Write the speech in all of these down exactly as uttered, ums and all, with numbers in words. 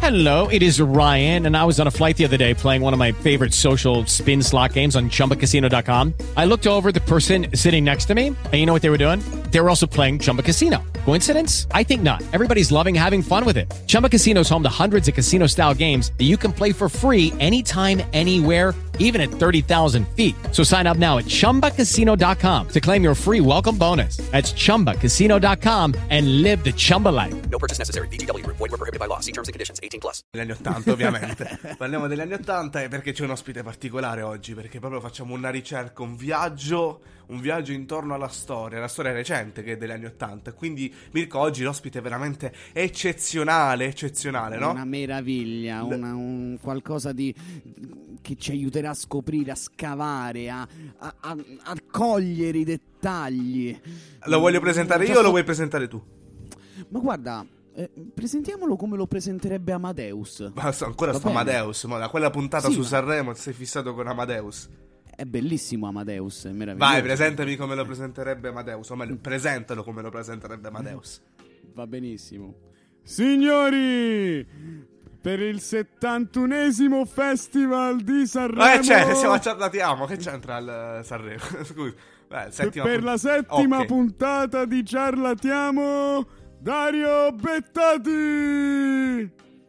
Hello, it is Ryan, and I was on a flight the other day playing one of my favorite social spin slot games on Chumba Casino dot com. I looked over at the person sitting next to me, and you know what they were doing? They were also playing Chumba Casino. Coincidence? I think not. Everybody's loving having fun with it. Chumba Casino is home to hundreds of casino-style games that you can play for free anytime, anywhere, even at thirty thousand feet. So sign up now at Chumba Casino dot com to claim your free welcome bonus. That's Chumba Casino dot com and live the Chumba life. No purchase necessary. V G W. Void where prohibited by law. See terms and conditions. eighteen plus. Degli anni ottanta, ovviamente. Parliamo degli anni ottanta e perché c'è un ospite particolare oggi, perché proprio facciamo una ricerca, un viaggio, un viaggio intorno alla storia, la storia recente che è degli anni ottanta. Quindi Mirko, oggi l'ospite è veramente eccezionale, eccezionale, no? Una meraviglia, una, un qualcosa di che ci aiuterà a scoprire, a scavare, a, a, a, a cogliere i dettagli. Lo voglio presentare io o lo vuoi presentare tu? Ma guarda, eh, presentiamolo come lo presenterebbe Amadeus. Ma ancora Va sta bene? Amadeus, ma da quella puntata Sì, su ma- Sanremo sei fissato con Amadeus. È bellissimo Amadeus, è meraviglioso. Vai, presentami come lo presenterebbe Amadeus, o meglio, presentalo come lo presenterebbe Amadeus. Va benissimo. Signori, per il settantunesimo Festival di Sanremo, Eh, cioè, siamo a Ciarlatiamo, che c'entra il uh, Sanremo? Scusi. Beh, settima per punt- la settima Ok. puntata di Ciarlatiamo, Dario Bettati.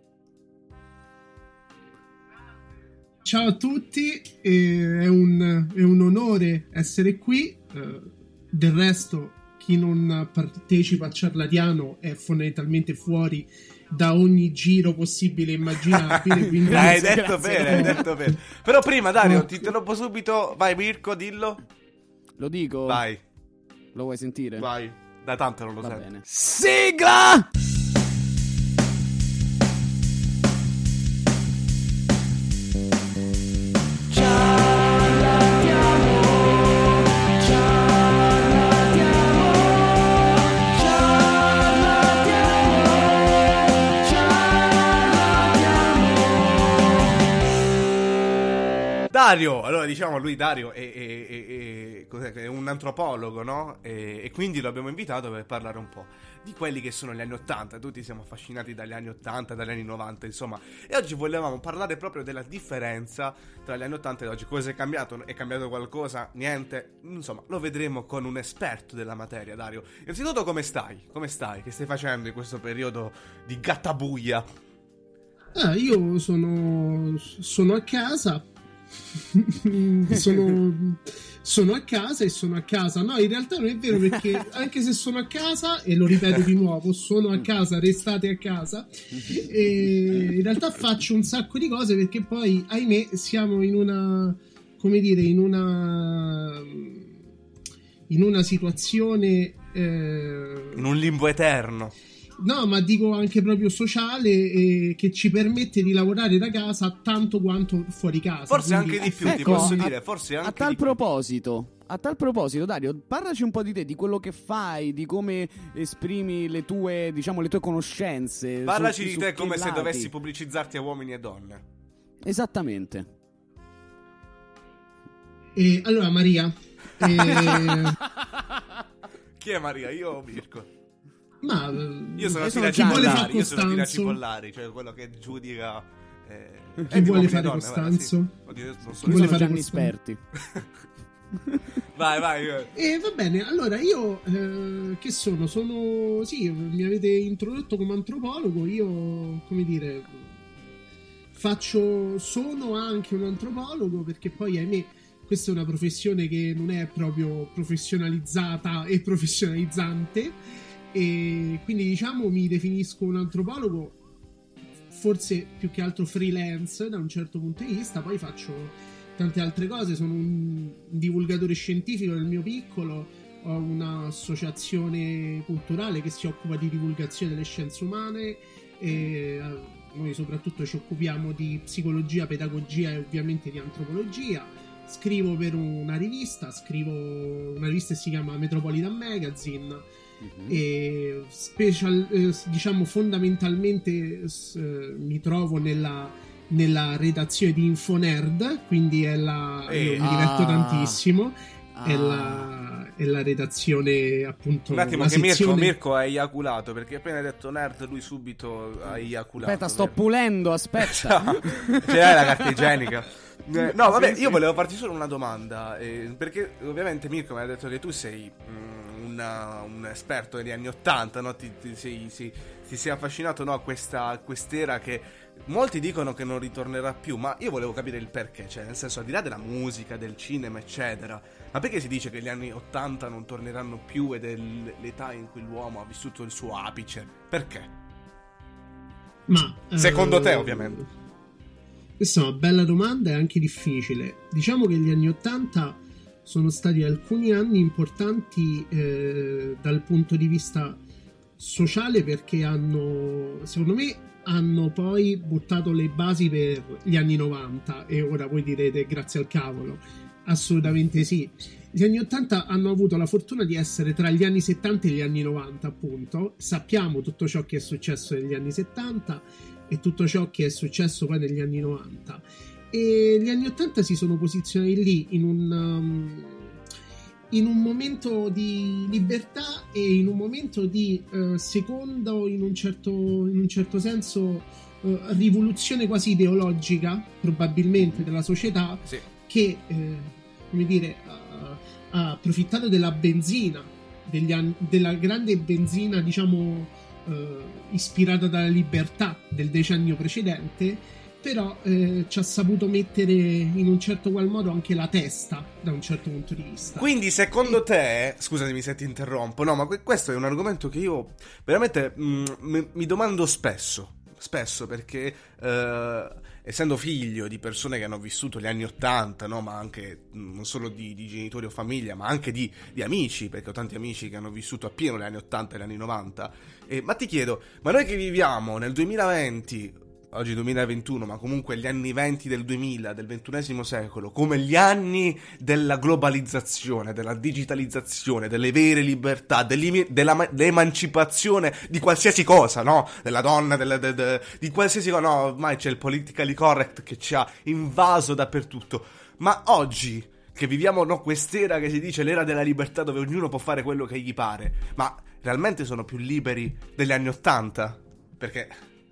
Ciao a tutti, eh, è, un, è un onore essere qui. eh, del resto, chi non partecipa a Ciarlatiano è fondamentalmente fuori da ogni giro possibile e immaginabile. Quindi Hai Grazie, detto grazie. bene, hai detto bene. Però prima, Dario, Ok. ti interrompo subito. Vai, Mirko, dillo. Lo dico? Vai, Lo vuoi sentire? vai. Da tanto non lo Va sento. bene. Sigla! Dario, allora diciamo lui Dario è, è- è- è- cos'è, è un antropologo, no? E, e quindi lo abbiamo invitato per parlare un po' di quelli che sono gli anni ottanta. Tutti siamo affascinati dagli anni ottanta, dagli anni novanta, insomma. E oggi volevamo parlare proprio della differenza tra gli anni ottanta e oggi. Cosa è cambiato? È cambiato qualcosa? Niente? Insomma, lo vedremo con un esperto della materia, Dario. Innanzitutto come stai? Come stai? Che stai facendo in questo periodo di gattabuia? Ah, io sono, sono a casa. sono, sono a casa e sono a casa. No, in realtà non è vero, perché anche se sono a casa, e lo ripeto di nuovo, sono a casa, restate a casa. E in realtà faccio un sacco di cose, perché poi, ahimè, siamo in una, come dire, in una in una situazione eh, In un limbo eterno. no, ma dico anche proprio sociale, eh, che ci permette di lavorare da casa tanto quanto fuori casa. Forse Quindi- anche di più, ti Ecco, posso a- dire. Forse anche A tal di più. proposito, a tal proposito, Dario, parlaci un po' di te, di quello che fai, di come esprimi le tue, diciamo, le tue conoscenze. Parlaci su- di su te che come se lati. dovessi pubblicizzarti a uomini e donne. Esattamente. Eh, allora, Maria, eh, Chi è Maria? Io o Mirko? ma Io sono Io sono Tira chi vuole Cipollari, fare io sono Tira Costanzo? Cipollari, cioè quello che giudica eh, Chi eh, di vuole uomini e fare donne, Costanzo? guarda, sì. Oddio, io non so Chi Io vuole sono fare Gianni questo? Sperti. Vai, vai. eh. E va bene, allora io eh, che sono? Sono, sì, mi avete introdotto come antropologo. Io, come dire, faccio, sono anche un antropologo, perché poi, ahimè, questa è una professione che non è proprio professionalizzata e professionalizzante, e quindi, diciamo, mi definisco un antropologo forse più che altro freelance da un certo punto di vista. Poi faccio tante altre cose, sono un divulgatore scientifico nel mio piccolo, ho un'associazione culturale che si occupa di divulgazione delle scienze umane, e eh, noi soprattutto ci occupiamo di psicologia, pedagogia e ovviamente di antropologia. Scrivo per una rivista, scrivo una rivista che si chiama Metropolitan Magazine, Mhm. e special, eh, diciamo fondamentalmente s- eh, mi trovo nella, nella redazione di Infonerd, quindi è la, Eh, io mi diverto ah. tantissimo, ah. è, la, è la redazione, appunto. Un attimo, la che sezione... Mirko, Mirko ha eiaculato, perché appena hai detto nerd lui subito ha eiaculato. Aspetta, sto pulendo, aspetta. C'è la carta igienica. Eh, no, vabbè, io volevo farti solo una domanda, eh, perché ovviamente Mirko mi ha detto che tu sei mm, una, un esperto degli anni Ottanta, no? Ti, ti, sei, sei, ti sei affascinato, no, a questa, a quest'era che molti dicono che non ritornerà più, ma io volevo capire il perché, cioè nel senso, al di là della musica, del cinema, eccetera, ma perché si dice che gli anni Ottanta non torneranno più ed è l'età in cui l'uomo ha vissuto il suo apice? Perché? Ma secondo uh... te, ovviamente. Questa è una bella domanda e anche difficile. Diciamo che gli anni Ottanta sono stati alcuni anni importanti eh, dal punto di vista sociale, perché hanno, secondo me, hanno poi buttato le basi per gli anni novanta, e ora voi direte grazie al cavolo. Assolutamente sì. Gli anni Ottanta hanno avuto la fortuna di essere tra gli anni settanta e gli anni novanta, appunto. Sappiamo tutto ciò che è successo negli anni settanta e tutto ciò che è successo poi negli anni novanta, e gli anni ottanta si sono posizionati lì in un um, in un momento di libertà e in un momento di uh, secondo, in un certo in un certo senso uh, rivoluzione quasi ideologica probabilmente della società, sì. che eh, come dire ha, ha approfittato della benzina degli anni, della grande benzina, diciamo, Uh, ispirata dalla libertà del decennio precedente, però eh, ci ha saputo mettere in un certo qual modo anche la testa da un certo punto di vista. Quindi secondo e... te, scusami se ti interrompo, no, ma questo è un argomento che io veramente mh, mi, mi domando spesso, spesso perché eh, essendo figlio di persone che hanno vissuto gli anni Ottanta, no, ma anche mh, non solo di, di genitori o famiglia, ma anche di, di amici, perché ho tanti amici che hanno vissuto appieno gli anni Ottanta e gli anni Novanta. Eh, ma ti chiedo, ma noi che viviamo nel duemilaventi, oggi duemilaventuno, ma comunque gli anni venti del duemila, del ventunesimo secolo, come gli anni della globalizzazione, della digitalizzazione, delle vere libertà, dell'emancipazione di qualsiasi cosa, no? Della donna, della, de, de, di qualsiasi cosa, no? Ormai c'è il politically correct che ci ha invaso dappertutto. Ma oggi, che viviamo, no, quest'era che si dice l'era della libertà, dove ognuno può fare quello che gli pare, ma realmente sono più liberi degli anni Ottanta? Perché...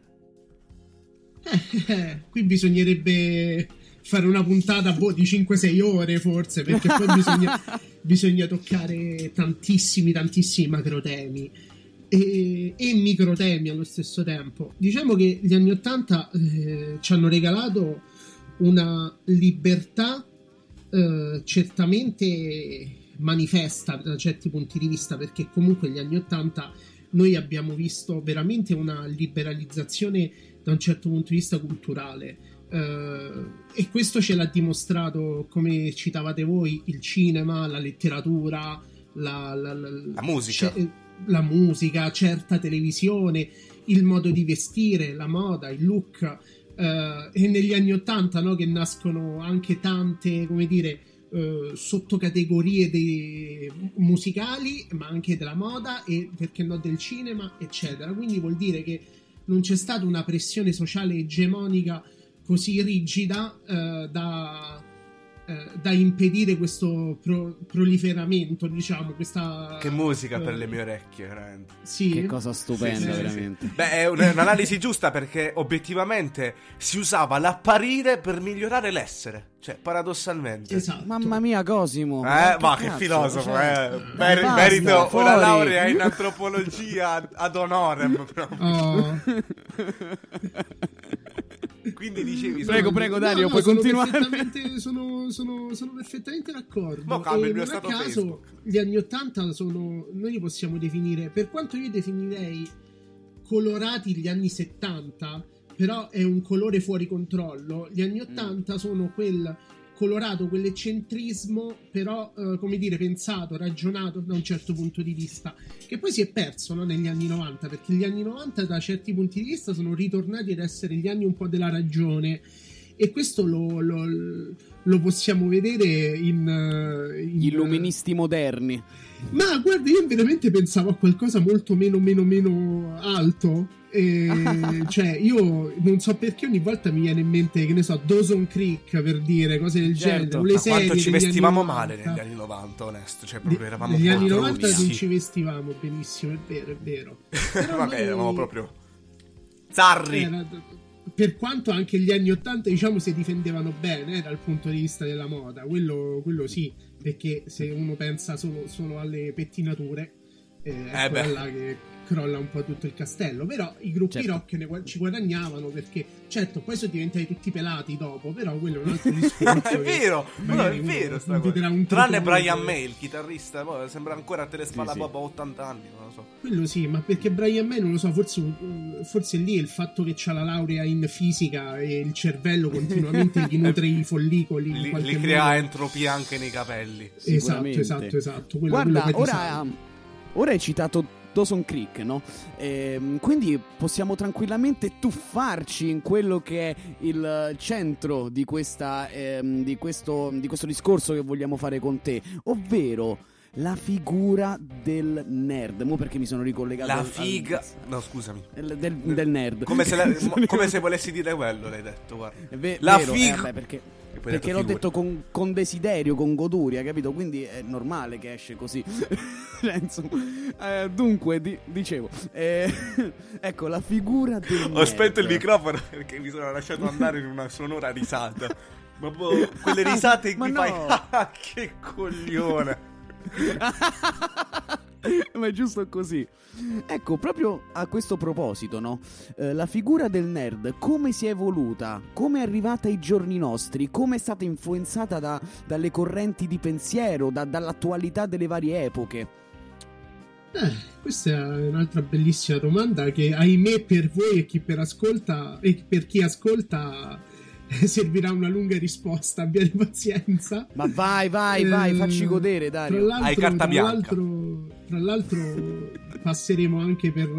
Eh, eh, qui bisognerebbe fare una puntata boh, di cinque sei ore forse, perché poi bisogna, bisogna toccare tantissimi tantissimi macrotemi e, e microtemi allo stesso tempo. Diciamo che gli anni Ottanta eh, ci hanno regalato una libertà eh, certamente manifesta da certi punti di vista, perché comunque gli anni Ottanta noi abbiamo visto veramente una liberalizzazione da un certo punto di vista culturale, uh, e questo ce l'ha dimostrato, come citavate voi, il cinema, la letteratura, la, la, la, la musica, la musica, certa televisione, il modo di vestire, la moda, il look, uh, e negli anni Ottanta, no, che nascono anche tante, come dire, Uh, sottocategorie dei musicali, ma anche della moda e perché no del cinema, eccetera. Quindi vuol dire che non c'è stata una pressione sociale egemonica così rigida uh, da, uh, da impedire questo pro- proliferamento, diciamo, questa... Che musica uh, per le mie orecchie, veramente. Sì. Che cosa stupenda, sì, sì, veramente. Sì. Beh, è un'analisi giusta, perché obiettivamente si usava l'apparire per migliorare l'essere. Cioè, paradossalmente. Esatto. Mamma mia, Cosimo. Eh, ma ma che, che cazzo, filosofo, cioè, eh. Mer- basta, merito fuori. una laurea in antropologia ad honorem proprio. Oh. Quindi dicevi... Prego, sono... prego, Dario, no, no, puoi sono continuare. Perfettamente, sono, sono, sono perfettamente d'accordo. Ma cambia il e mio non a stato caso Facebook. gli anni Ottanta sono, noi li possiamo definire, per quanto io definirei colorati gli anni settanta, però è un colore fuori controllo. Gli anni Ottanta mm. sono quel colorato, quell'eccentrismo, però eh, come dire, pensato, ragionato da un certo punto di vista, che poi si è perso, no, negli anni novanta, perché gli anni novanta da certi punti di vista sono ritornati ad essere gli anni un po' della ragione, e questo lo, lo, lo possiamo vedere in, in gli illuministi moderni. Ma guarda, io veramente pensavo a qualcosa molto meno meno meno alto. E, cioè, io non so perché ogni volta mi viene in mente, che ne so, Dawson Creek, per dire cose del Certo. genere. Le Ma serie quanto ci degli vestivamo anni male novanta. negli anni novanta, onesto. Cioè, proprio eravamo Negli anni proprio novanta russi. non ci vestivamo benissimo, è vero, è vero. Però Vabbè, noi- eravamo proprio zarri. era- per quanto anche gli anni ottanta, diciamo, si difendevano bene eh, dal punto di vista della moda, quello, quello sì, perché se uno pensa solo, solo alle pettinature, eh, Eh è quella beh. là che crolla un po' tutto il castello. Però i gruppi Certo. rock ne gua- ci guadagnavano, perché certo poi sono diventati tutti pelati dopo, però quello è un altro discorso. È che vero, no, magari è uno vero sta non cosa. vedrà un Tranne tritone Brian che- May, il chitarrista, poi sembra ancora a telespalla Sì, sì. Bob a ottanta anni, non lo so. Quello sì, ma perché Brian May, non lo so, forse, forse lì è il fatto che c'ha la laurea in fisica e il cervello continuamente gli nutre i follicoli in Li, qualche li crea modo. entropia anche nei capelli. Esatto, Sicuramente. esatto, esatto. Quello, Guarda, quello poi ti ora, salva. ora hai citato Dawson Creek, no? Ehm, quindi possiamo tranquillamente tuffarci in quello che è il centro di, questa, ehm, di, questo, di questo discorso che vogliamo fare con te, ovvero la figura del nerd. Mo perché mi sono ricollegato La al- figa. al- No, scusami. del, del- del nerd. Come se, la- Mi sono come se ricollegato- volessi dire quello, l'hai detto, guarda. È ve- La vero, eh, figa. vabbè, perché, E poi hai perché l'ho figura. detto con, con desiderio, con goduria, capito? Quindi è normale che esce così. Cioè, insomma, eh, dunque, di- dicevo, eh, ecco la figura del Ho spento il nerd. microfono perché mi sono lasciato andare in una sonora risata. Ma boh, quelle risate in Ma cui no. fai ah, che coglione. Ma è giusto così. Ecco, proprio a questo proposito, no? Eh, la figura del nerd come si è evoluta, come è arrivata ai giorni nostri, come è stata influenzata da- dalle correnti di pensiero, da- dall'attualità delle varie epoche. Eh, questa è un'altra bellissima domanda che, ahimè, per voi e chi per ascolta e per chi ascolta eh, servirà una lunga risposta. Abbiate pazienza. Ma vai, vai, Eh, vai, facci godere, Tra Dario. l'altro, Hai carta tra bianca. l'altro, tra l'altro passeremo anche per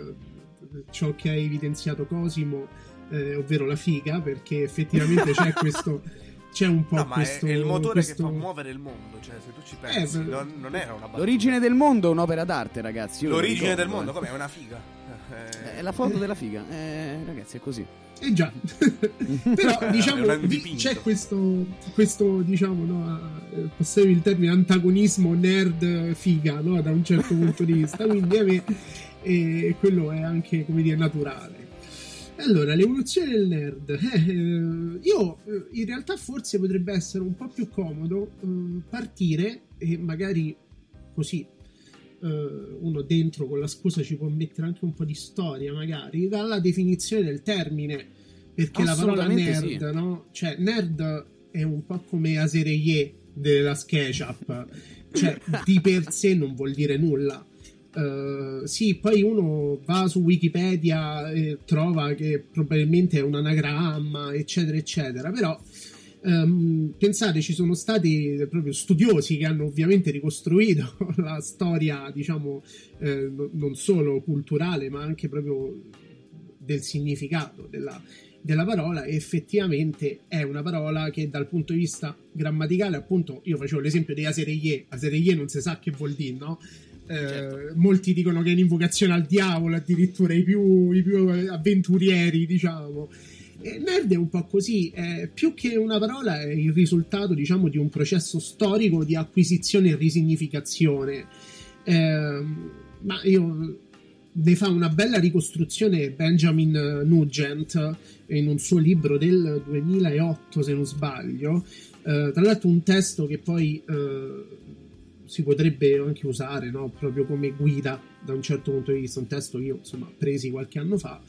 eh, ciò che ha evidenziato Cosimo, eh, ovvero la figa, perché effettivamente c'è questo, c'è un po' No, ma è- questo, è, il motore questo- che fa muovere il mondo. Cioè, se tu ci pensi, Eh, non, non era una battuta. L'origine del mondo è un'opera d'arte, ragazzi. io ve lo L'origine del ricordo, mondo, eh. come? È una figa. Eh, È la foto della figa. Eh, ragazzi, è così. Eh già, però È diciamo un vi- dipinto. c'è questo, questo diciamo, no, eh, passami il termine, antagonismo nerd-figa, no, da un certo punto di vista, quindi a me eh, quello è anche, come dire, naturale. Allora, l'evoluzione del nerd. Eh, eh, io eh, in realtà forse potrebbe essere un po' più comodo eh, partire e magari così eh, uno dentro con la scusa ci può mettere anche un po' di storia, magari dalla definizione del termine, perché la parola Assolutamente nerd, sì. no? Cioè, nerd è un po' come asereye della SketchUp, cioè di per sé non vuol dire nulla. Uh, sì, poi uno va su Wikipedia e trova che probabilmente è un anagramma, eccetera, eccetera, però um, pensate, ci sono stati proprio studiosi che hanno ovviamente ricostruito la storia, diciamo, eh, no- non solo culturale, ma anche proprio del significato della, della parola, e effettivamente è una parola che dal punto di vista grammaticale, appunto, io facevo l'esempio di asereye, asereye non si sa che vuol dire, no? Eh, Certo. Molti dicono che è un'invocazione al diavolo, addirittura i più, i più avventurieri, diciamo. E nerd è un po' così, è, più che una parola è il risultato, diciamo, di un processo storico di acquisizione e risignificazione. Eh, ma io ne fa una bella ricostruzione Benjamin Nugent in un suo libro del duemilaotto, se non sbaglio. Eh, tra l'altro un testo che poi eh, si potrebbe anche usare, no? Proprio come guida da un certo punto di vista, un testo che io insomma presi qualche anno fa,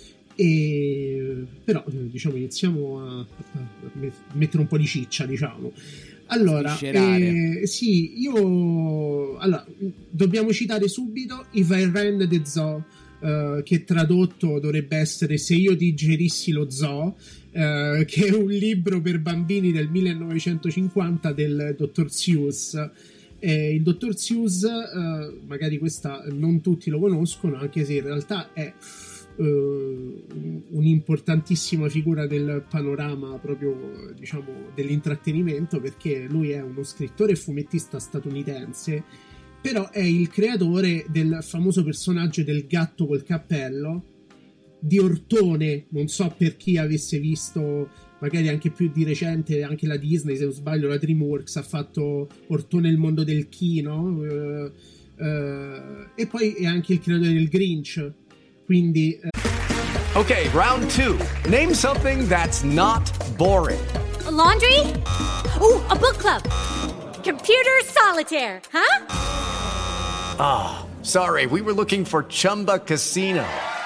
e però diciamo iniziamo a, a mettere un po' di ciccia, diciamo. Allora, Sviscerare. eh, sì, io allora, dobbiamo citare subito If I Ran the Zoo, eh, che tradotto dovrebbe essere Se io digerissi lo zoo, eh, che è un libro per bambini del millenovecentocinquanta del dottor Seuss. Eh, il dottor Seuss, eh, magari questa non tutti lo conoscono, anche se in realtà è uh, un'importantissima figura del panorama proprio, diciamo, dell'intrattenimento, perché lui è uno scrittore e fumettista statunitense, però è il creatore del famoso personaggio del gatto col cappello di Ortone. Non so per chi avesse visto, magari anche più di recente, anche la Disney, se non sbaglio la DreamWorks ha fatto Ortone il mondo del chino, uh, uh, e poi è anche il creatore del Grinch, quindi uh... Ok, round two. Name something that's not boring. A laundry? Ooh, a book club. Computer solitaire, huh? Ah, oh, sorry, we were looking for Chumba Casino.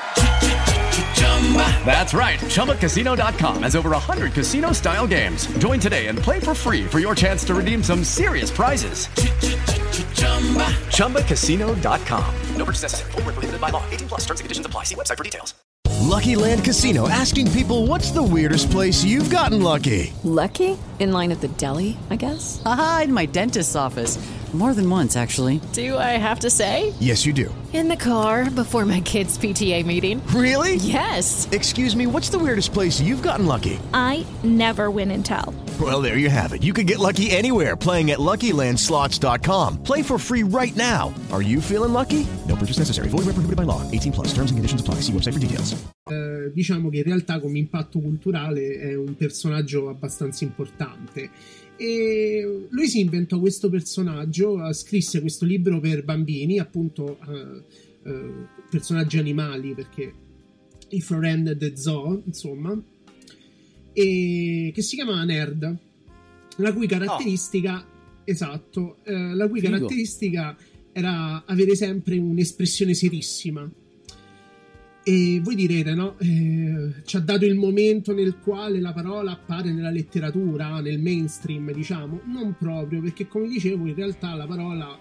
That's right, Chumba Casino dot com has over one hundred casino-style games. Join today and play for free for your chance to redeem some serious prizes. Chumba Casino dot com. No purchase necessary. Void where prohibited by law. eighteen plus terms and conditions apply. See website for details. Lucky Land Casino, asking people, what's the weirdest place you've gotten lucky? Lucky? In line at the deli, I guess? Aha, in my dentist's office. More than once, actually. Do I have to say? Yes, you do. In the car before my kids' P T A meeting. Really? Yes. Excuse me, what's the weirdest place you've gotten lucky? I never win and tell. Well, there you have it. You can get lucky anywhere, playing at Lucky Land Slots dot com. Play for free right now. Are you feeling lucky? No purchase necessary. Void where prohibited by law. eighteen plus. Terms and conditions apply. See website for details. Eh, diciamo che in realtà come impatto culturale è un personaggio abbastanza importante. E lui si inventò questo personaggio, scrisse questo libro per bambini, appunto uh, uh, personaggi animali, perché i Florent de Zoo, insomma, e che si chiamava Nerd, la cui caratteristica oh. esatto, uh, la cui Figo. caratteristica era avere sempre un'espressione serissima. E voi direte, no? Eh, ci ha dato il momento nel quale la parola appare nella letteratura, nel mainstream, diciamo. Non proprio, perché come dicevo, in realtà la parola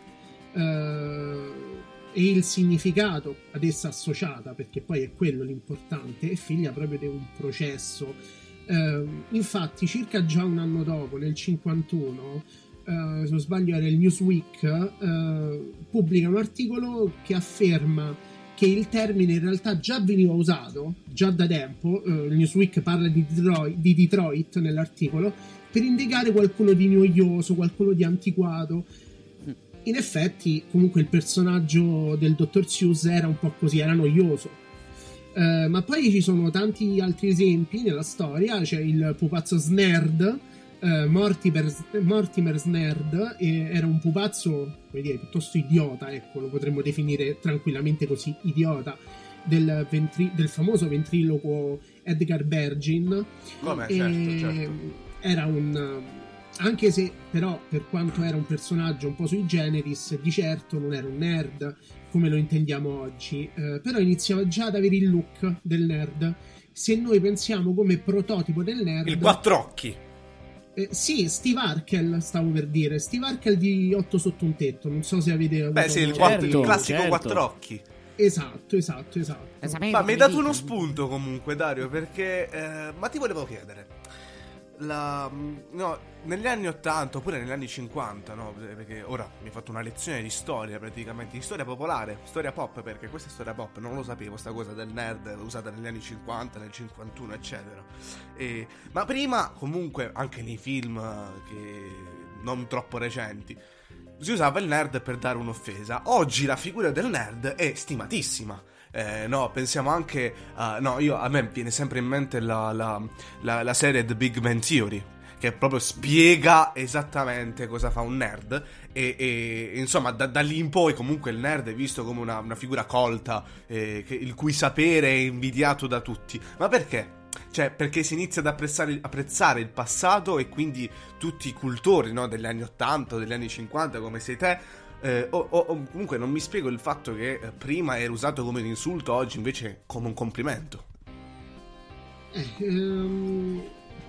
eh, e il significato ad essa associata, perché poi è quello l'importante, è figlia proprio di un processo. Eh, infatti, circa già un anno dopo, nel cinquantuno, eh, se non sbaglio era il Newsweek, eh, pubblica un articolo che afferma che il termine in realtà già veniva usato già da tempo. uh, il Newsweek parla di Detroit, di Detroit nell'articolo, per indicare qualcuno di noioso, qualcuno di antiquato. In effetti comunque il personaggio del dottor Seuss era un po' così, era noioso. Uh, ma poi ci sono tanti altri esempi nella storia. C'è il pupazzo Snerd, Uh, Mortimer, Mortimer Snerd, eh, era un pupazzo, come dire, piuttosto idiota, ecco, lo potremmo definire tranquillamente così, idiota, del, ventri- del famoso ventriloquo Edgar Bergin. Come? E, certo, certo. Era un... anche se però per quanto era un personaggio un po' sui generis, di certo non era un nerd come lo intendiamo oggi, uh, però iniziava già ad avere il look del nerd. Se noi pensiamo come prototipo del nerd, il quattro occhi. Eh, sì, Steve Urkel, stavo per dire. Steve Urkel di Otto sotto un tetto. Non so se avete avuto... Beh sì, il, certo, il classico certo. quattro occhi. Esatto, esatto, esatto. Ma mi hai dato uno spunto comunque, Dario, perché... Eh, ma ti volevo chiedere... La, no, negli anni ottanta oppure negli anni cinquanta, no? Perché ora mi hai fatto una lezione di storia, praticamente, di storia popolare, storia pop, perché questa è storia pop, non lo sapevo, sta cosa del nerd usata negli anni cinquanta, nel cinquantuno, eccetera. E, ma prima, comunque, anche nei film che non troppo recenti, si usava il nerd per dare un'offesa. Oggi la figura del nerd è stimatissima. Eh, no, pensiamo anche uh, no, io, a me viene sempre in mente la, la, la, la serie The Big Bang Theory, che proprio spiega esattamente cosa fa un nerd. E, e insomma, da, da lì in poi comunque il nerd è visto come una, una figura colta, eh, che, il cui sapere è invidiato da tutti. Ma perché? Cioè, perché si inizia ad apprezzare, apprezzare il passato, e quindi tutti i cultori, no, degli anni ottanta o degli anni cinquanta, come sei te. Eh, o, o, o comunque non mi spiego il fatto che eh, prima era usato come un insulto, oggi invece come un complimento. Eh, ehm,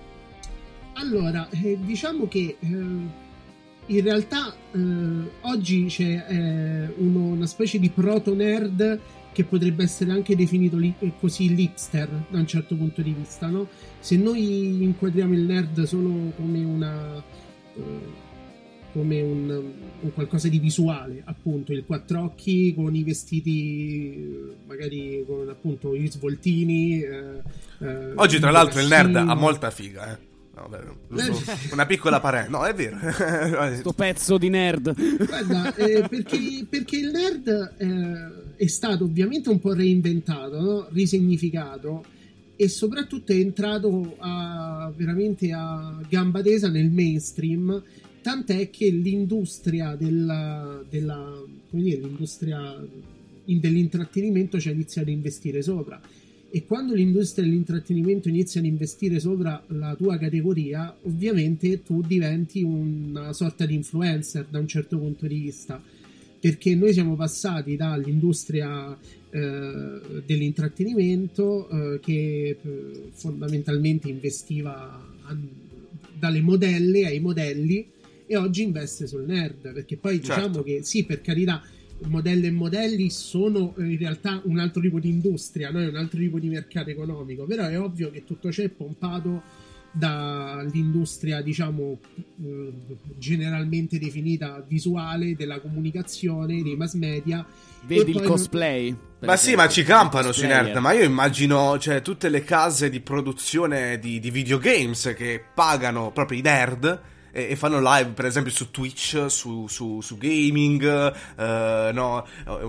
allora, eh, diciamo che eh, in realtà eh, oggi c'è eh, uno, una specie di proto-nerd che potrebbe essere anche definito li, così l'hipster da un certo punto di vista, no? Se noi inquadriamo il nerd solo come una... Eh, come un, un qualcosa di visuale, appunto il quattro occhi con i vestiti magari con appunto gli svoltini. Eh, eh, Oggi tra l'altro il nerd cassino. ha molta figa, eh. No, beh, giusto una piccola parentesi. No, è vero. Sto pezzo di nerd. Guarda, eh, perché, perché il nerd eh, è stato ovviamente un po' reinventato, no? Risignificato, e soprattutto è entrato a, veramente a gamba tesa nel mainstream, tant'è che l'industria della, della come dire, l'industria dell'intrattenimento ci ha iniziato a investire sopra. E quando l'industria dell'intrattenimento inizia ad investire sopra la tua categoria, ovviamente tu diventi una sorta di influencer da un certo punto di vista, perché noi siamo passati dall'industria eh, dell'intrattenimento eh, che eh, fondamentalmente investiva a, dalle modelle ai modelli, e oggi investe sul nerd, perché poi diciamo certo. che sì, per carità, modelli e modelli sono in realtà un altro tipo di industria, no? È un altro tipo di mercato economico, però è ovvio che tutto ciò è pompato dall'industria, diciamo, eh, generalmente definita visuale, della comunicazione, dei mass media. Vedi e il poi cosplay. Ma sì, ma ci campano sui cosplayer. nerd. Ma io immagino, cioè, tutte le case di produzione di, di videogames che pagano proprio i nerd e, e fanno live, per esempio, su Twitch, su, su, su gaming. Uh, no,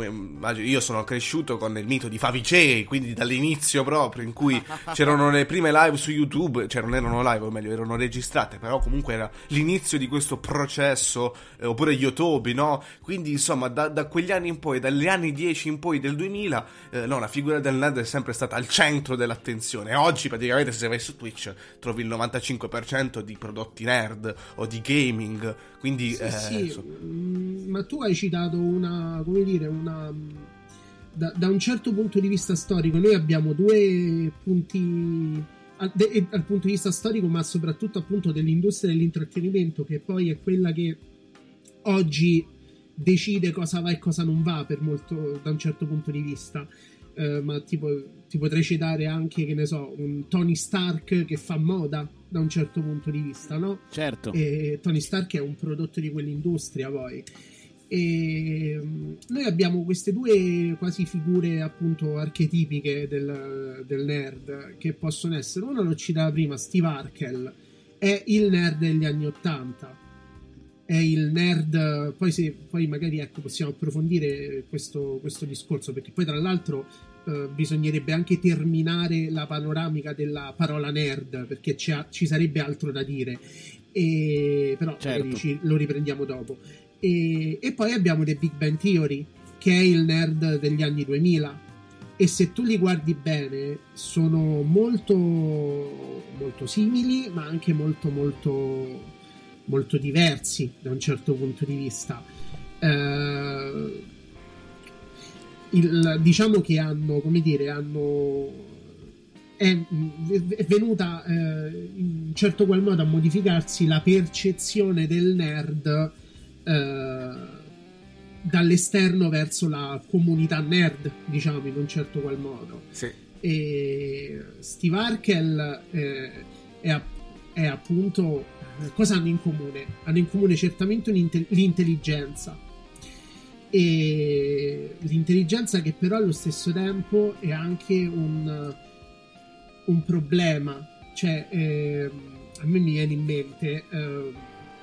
io sono cresciuto con il mito di Favicei, quindi dall'inizio proprio, in cui c'erano le prime live su YouTube, cioè non erano live, o meglio, erano registrate, però comunque era l'inizio di questo processo, eh, oppure YouTube, no? Quindi insomma, da, da quegli anni in poi, dagli anni dieci in poi del duemila, eh, no, la figura del nerd è sempre stata al centro dell'attenzione. Oggi praticamente, se vai su Twitch, trovi il novantacinque per cento di prodotti nerd o di gaming, quindi sì, eh, sì. so... Mm, ma tu hai citato una, come dire, una da, da un certo punto di vista storico noi abbiamo due punti al, de, dal punto di vista storico, ma soprattutto appunto dell'industria dell'intrattenimento, che poi è quella che oggi decide cosa va e cosa non va per molto, da un certo punto di vista. Uh, ma tipo ti potrei citare anche, che ne so, un Tony Stark che fa moda da un certo punto di vista, no? Certo. E Tony Stark è un prodotto di quell'industria poi. E um, noi abbiamo queste due quasi figure appunto archetipiche del, del nerd, che possono essere, uno lo citava prima, Steve Urkel, è il nerd degli anni ottanta, è il nerd, poi, se, poi magari ecco possiamo approfondire questo, questo discorso, perché poi tra l'altro eh, bisognerebbe anche terminare la panoramica della parola nerd, perché ci, ha, ci sarebbe altro da dire, e, però certo. magari ci, lo riprendiamo dopo. E, e poi abbiamo The Big Bang Theory, che è il nerd degli anni duemila, e se tu li guardi bene sono molto molto simili, ma anche molto molto molto diversi da un certo punto di vista. Eh, il, diciamo che hanno, come dire, hanno è, è venuta eh, in un certo qual modo a modificarsi la percezione del nerd eh, dall'esterno verso la comunità nerd, diciamo, in un certo qual modo. Sì. E Steve Urkel eh, è, è appunto, cosa hanno in comune? Hanno in comune certamente l'intelligenza, e l'intelligenza che però allo stesso tempo è anche un, un problema, cioè eh, a me mi viene in mente eh,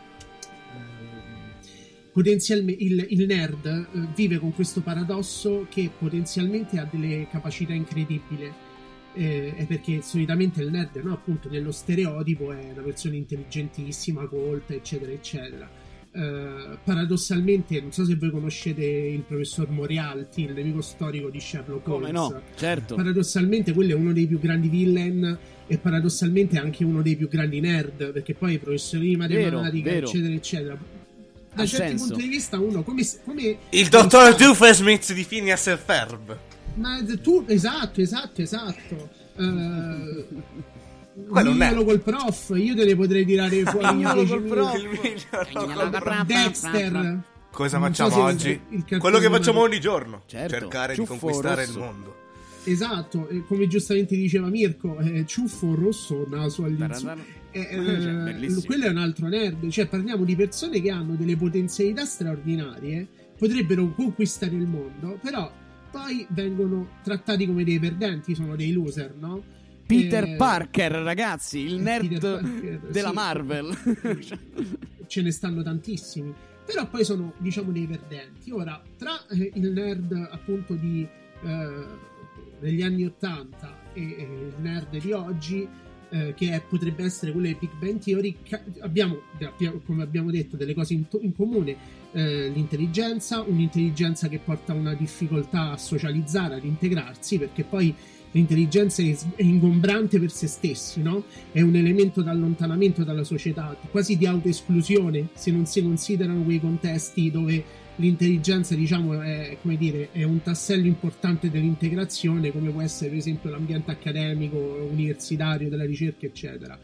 potenzialmente il, il nerd eh, vive con questo paradosso che potenzialmente ha delle capacità incredibili, eh, è perché solitamente il nerd, no, appunto nello stereotipo è una persona intelligentissima, colta, eccetera eccetera. Uh, paradossalmente, non so se voi conoscete il professor Moriarty, il nemico storico di Sherlock Holmes. Come no, certo. Paradossalmente quello è uno dei più grandi villain e paradossalmente anche uno dei più grandi nerd, perché poi i professori di matematica, vero, eccetera eccetera, da ha certi senso. punti di vista uno come, come il dottor Doofenshmirtz di Phineas e Ferb. ma tu, esatto, esatto, esatto. Uh, Quello non è. Mignolo col prof, io te ne potrei tirare fuori Mignolo col prof. Il miglior col prof. Dexter. Cosa Non facciamo so se oggi? il cartone Quello che facciamo animato- ogni giorno. Certo. Cercare Ciuffo di conquistare rosso. il mondo. Esatto, eh, come giustamente diceva Mirko, eh, ciuffo rosso, naso all'inizio. Eh, eh, quello è un altro nerd, cioè parliamo di persone che hanno delle potenzialità straordinarie, potrebbero conquistare il mondo, però poi vengono trattati come dei perdenti, sono dei loser, no? Peter eh, Parker, ragazzi, il nerd Parker, della sì. Marvel. Ce ne stanno tantissimi, però poi sono, diciamo, dei perdenti. Ora, tra eh, il nerd appunto di eh, degli anni ottanta e, e il nerd di oggi, eh, che è, potrebbe essere quello di Big Bang Theory, ca- abbiamo, abbiamo, come abbiamo detto, delle cose in, to- in comune, eh, l'intelligenza, un'intelligenza che porta una difficoltà a socializzare, ad integrarsi, perché poi l'intelligenza è ingombrante per se stessi, no? È un elemento di allontanamento dalla società, quasi di autoesclusione, se non si considerano quei contesti dove l'intelligenza, diciamo, è, come dire, è un tassello importante dell'integrazione, come può essere per esempio l'ambiente accademico, universitario, della ricerca, eccetera.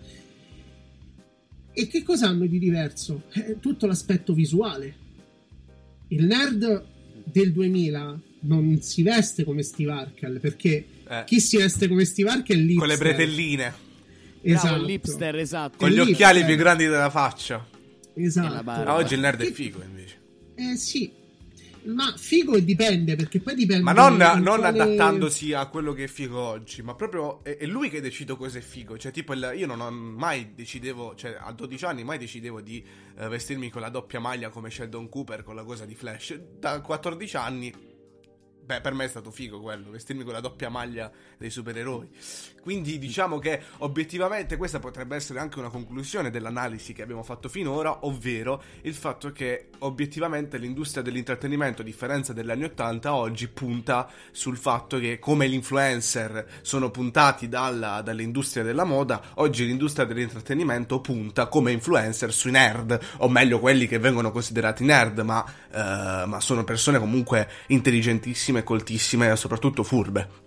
E che cosa hanno di diverso? Eh, tutto l'aspetto visuale. Il nerd del duemila non si veste come Steve Urkel, perché eh. chi si veste come Steve Urkel è l'hipster. Con le bretelline. Esatto. Bravo, l'hipster, esatto. Con gli l'hipster. occhiali più grandi della faccia. Esatto. Ah, oggi il nerd è figo invece. Eh sì, ma figo dipende, perché poi dipende. Ma non, non quale... adattandosi a quello che è figo oggi, ma proprio è, è lui che decide cosa è figo. Cioè, tipo, il, io non ho mai decidevo, cioè a dodici anni mai decidevo di uh, vestirmi con la doppia maglia come Sheldon Cooper con la cosa di Flash. Da quattordici anni, beh, per me è stato figo quello, vestirmi con la doppia maglia dei supereroi. Quindi diciamo che obiettivamente questa potrebbe essere anche una conclusione dell'analisi che abbiamo fatto finora, ovvero il fatto che obiettivamente l'industria dell'intrattenimento, a differenza degli anni ottanta, oggi punta sul fatto che, come gli influencer sono puntati dalla, dall'industria della moda, oggi l'industria dell'intrattenimento punta come influencer sui nerd, o meglio quelli che vengono considerati nerd, ma, eh, ma sono persone comunque intelligentissime, coltissime e soprattutto furbe.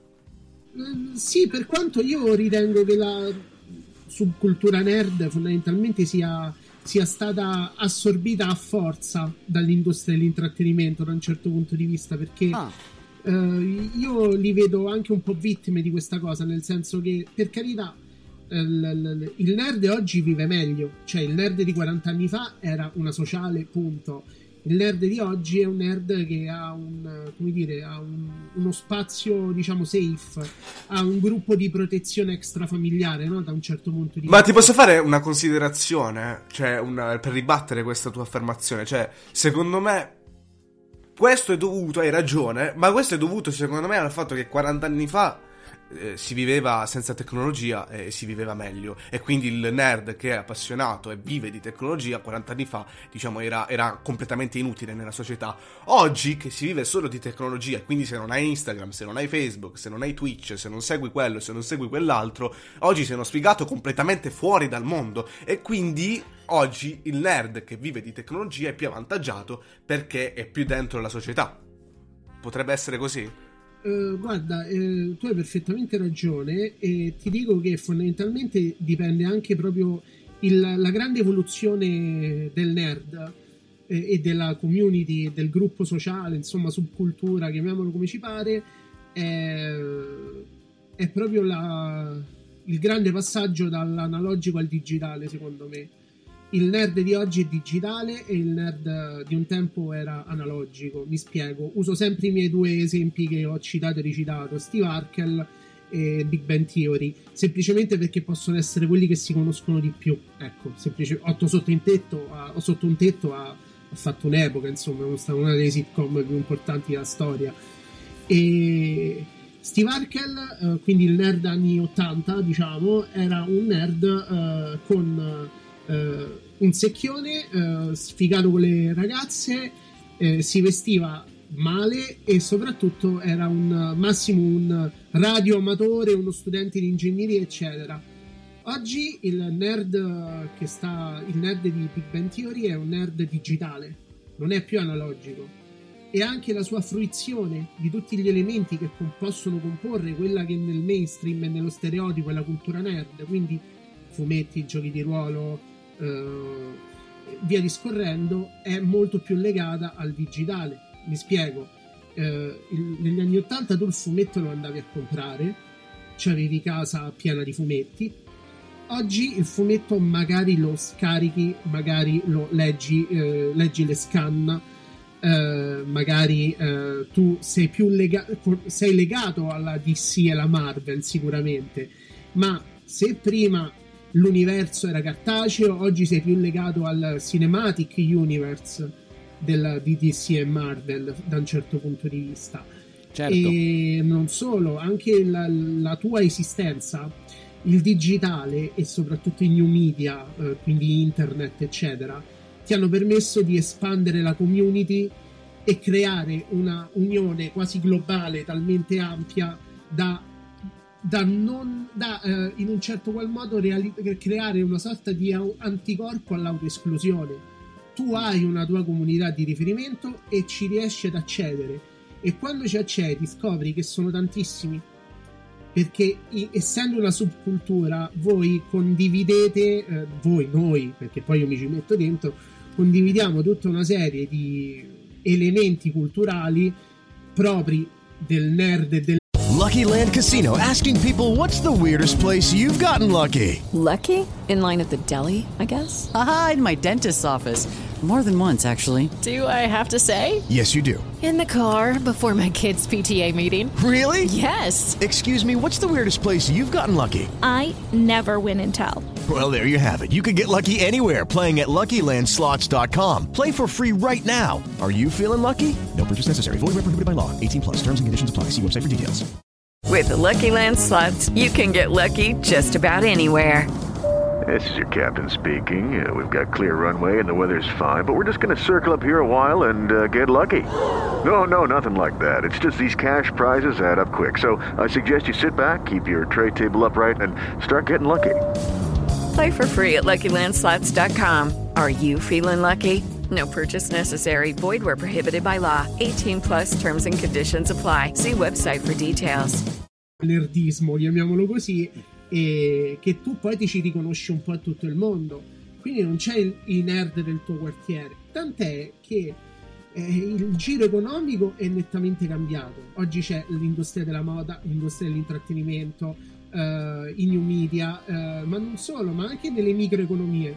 Sì, per quanto io ritengo che la subcultura nerd fondamentalmente sia, sia stata assorbita a forza dall'industria dell'intrattenimento da un certo punto di vista, perché ah. eh, io li vedo anche un po' vittime di questa cosa, nel senso che, per carità, il, il nerd oggi vive meglio, cioè il nerd di quaranta anni fa era una sociale, punto. Il nerd di oggi è un nerd che ha un, come dire, ha un, uno spazio, diciamo, safe, ha un gruppo di protezione extrafamiliare, no? Da un certo punto di vista. Ma ti posso fare una considerazione, cioè una, per ribattere questa tua affermazione, cioè secondo me questo è dovuto, hai ragione, ma questo è dovuto secondo me al fatto che quaranta anni fa Eh, si viveva senza tecnologia e si viveva meglio, e quindi il nerd che è appassionato e vive di tecnologia quaranta anni fa, diciamo, era, era completamente inutile nella società. Oggi che si vive solo di tecnologia, quindi se non hai Instagram, se non hai Facebook, se non hai Twitch, se non segui quello, se non segui quell'altro, oggi sei uno sfigato completamente fuori dal mondo, e quindi oggi il nerd che vive di tecnologia è più avvantaggiato perché è più dentro la società. Potrebbe essere così? Uh, guarda, eh, tu hai perfettamente ragione, e ti dico che fondamentalmente dipende anche proprio il, la grande evoluzione del nerd eh, e della community, del gruppo sociale, insomma subcultura, chiamiamolo come ci pare, è, è proprio la, il grande passaggio dall'analogico al digitale, secondo me. Il nerd di oggi è digitale e il nerd di un tempo era analogico. Mi spiego, uso sempre i miei due esempi che ho citato e ricitato, Steve Urkel e Big Bang Theory, semplicemente perché possono essere quelli che si conoscono di più. Ecco, semplice, Otto sotto un tetto, ha, sotto un tetto ha, ha fatto un'epoca, insomma, è stata una delle sitcom più importanti della storia. E Steve Urkel, eh, quindi il nerd anni ottanta, diciamo, era un nerd eh, con Uh, un secchione, uh, sfigato con le ragazze, uh, si vestiva male e soprattutto era un uh, massimo un radioamatore, uno studente di ingegneria, eccetera. Oggi il nerd uh, che sta il nerd di Big Bang Theory è un nerd digitale, non è più analogico, e anche la sua fruizione di tutti gli elementi che com- possono comporre quella che nel mainstream e nello stereotipo è la cultura nerd, quindi fumetti, giochi di ruolo, Uh, via discorrendo, è molto più legata al digitale. Mi spiego, eh, il, negli anni ottanta tu il fumetto lo andavi a comprare, c'avevi casa piena di fumetti. Oggi il fumetto magari lo scarichi, magari lo leggi, eh, leggi le scan, eh, magari eh, tu sei più lega- sei legato alla D C e alla Marvel sicuramente, ma se prima l'universo era cartaceo, oggi sei più legato al Cinematic Universe della, di D C e Marvel da un certo punto di vista. Certo. E non solo, anche la, la tua esistenza, il digitale e soprattutto i new media, eh, quindi internet eccetera, ti hanno permesso di espandere la community e creare una unione quasi globale talmente ampia da, da, non, da eh, in un certo qual modo reali- creare una sorta di au- anticorpo all'autoesclusione. Tu hai una tua comunità di riferimento e ci riesci ad accedere, e quando ci accedi scopri che sono tantissimi, perché i, essendo una subcultura voi condividete, eh, voi, noi, perché poi io mi ci metto dentro, condividiamo tutta una serie di elementi culturali propri del nerd e del... Lucky Land Casino, asking people, what's the weirdest place you've gotten lucky? Lucky? In line at the deli, I guess? Aha, in my dentist's office. More than once, actually. Do I have to say? Yes, you do. In the car before my kids' P T A meeting. Really? Yes. Excuse me, what's the weirdest place you've gotten lucky? I never win and tell. Well, there you have it. You can get lucky anywhere, playing at Lucky Land Slots dot com. Play for free right now. Are you feeling lucky? No purchase necessary. Void where prohibited by law. eighteen plus. Terms and conditions apply. See website for details. With the Lucky Land Slots, you can get lucky just about anywhere. This is your captain speaking. Uh, we've got clear runway and the weather's fine, but we're just going to circle up here a while and uh, get lucky. No, no, nothing like that. It's just these cash prizes add up quick. So I suggest you sit back, keep your tray table upright, and start getting lucky. Play for free at Lucky Land Slots dot com. Are you feeling lucky? No purchase necessary. Void where prohibited by law. eighteen plus terms and conditions apply. See website for details. Nerdismo, chiamiamolo così, e che tu poi ti ci riconosci un po' a tutto il mondo. Quindi non c'è il, i nerd del tuo quartiere. Tant'è che eh, il giro economico è nettamente cambiato. Oggi c'è l'industria della moda, l'industria dell'intrattenimento, eh, i new media, eh, ma non solo, ma anche nelle microeconomie.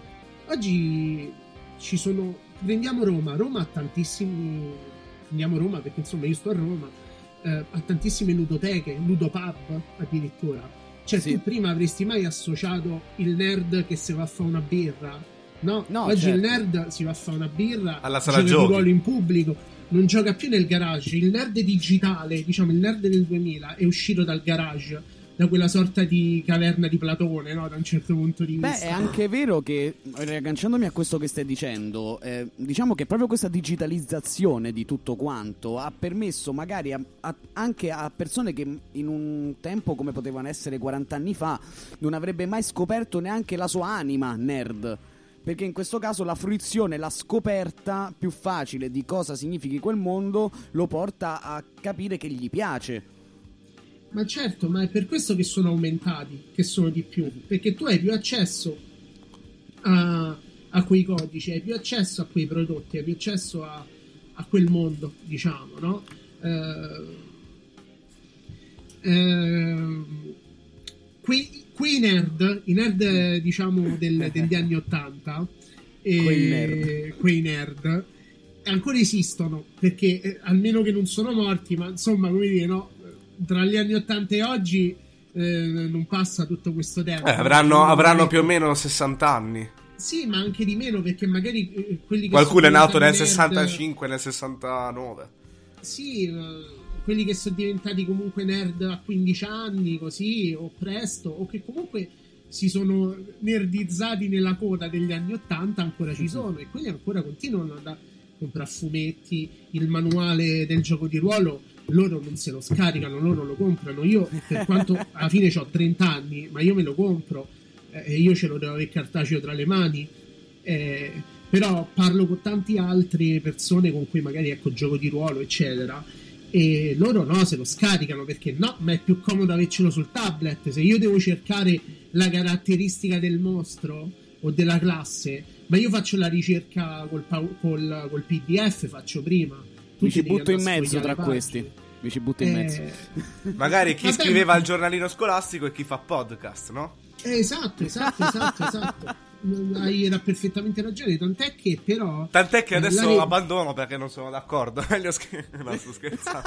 Oggi ci sono... Prendiamo Roma. Roma ha tantissimi... Prendiamo Roma perché insomma io sto a Roma. Eh, ha tantissime ludoteche, ludopub addirittura. Cioè sì. Tu prima avresti mai associato il nerd che si va a fare una birra? No, no oggi certo. Il nerd si va a fare una birra, alla sala gioca di ruolo in pubblico, non gioca più nel garage. Il nerd digitale, diciamo il nerd del duemila, è uscito dal garage, da quella sorta di caverna di Platone, no? Da un certo punto di vista. Beh, è anche vero che, riagganciandomi a questo che stai dicendo, eh, diciamo che proprio questa digitalizzazione di tutto quanto ha permesso magari a, a, anche a persone che in un tempo come potevano essere quaranta anni fa non avrebbe mai scoperto neanche la sua anima nerd, perché in questo caso la fruizione, la scoperta più facile di cosa significhi quel mondo lo porta a capire che gli piace. Ma certo, ma è per questo che sono aumentati, che sono di più, perché tu hai più accesso a, a quei codici, hai più accesso a quei prodotti, hai più accesso a, a quel mondo, diciamo, no? Eh, eh, quei, quei nerd, i nerd diciamo del, degli anni ottanta, eh, quei nerd, quei nerd ancora esistono, perché eh, almeno che non sono morti, ma insomma, come dire, no? Tra gli anni ottanta e oggi eh, non passa tutto questo tempo. Eh, avranno, avranno più o meno sessanta anni. Sì, ma anche di meno, perché magari eh, quelli che qualcuno è nato nel nerd, sessantacinque, nel sessantanove. Sì, eh, quelli che sono diventati comunque nerd a quindici anni, così, o presto, o che comunque si sono nerdizzati nella coda degli anni ottanta, ancora ci sono, e quelli ancora continuano a comprare fumetti, il manuale del gioco di ruolo. Loro non se lo scaricano, loro lo comprano. Io, per quanto alla fine ho trenta anni, ma io me lo compro eh, e io ce lo devo avere cartaceo tra le mani. Eh, però parlo con tante altre persone con cui magari ecco gioco di ruolo, eccetera, e loro no, se lo scaricano perché no, ma è più comodo avercelo sul tablet. Se io devo cercare la caratteristica del mostro o della classe, ma io faccio la ricerca col, col, col P D F, faccio prima. Mi ci butto in mezzo tra questi. Mi ci butto in Eh, mezzo. Magari chi Vabbè, scriveva ma- il giornalino scolastico e chi fa podcast, no? Eh, esatto, esatto, esatto, esatto. Hai era perfettamente ragione, tant'è che però... Tant'è che eh, adesso la re- abbandono perché non sono d'accordo. Meglio sch- no, sto scherzando.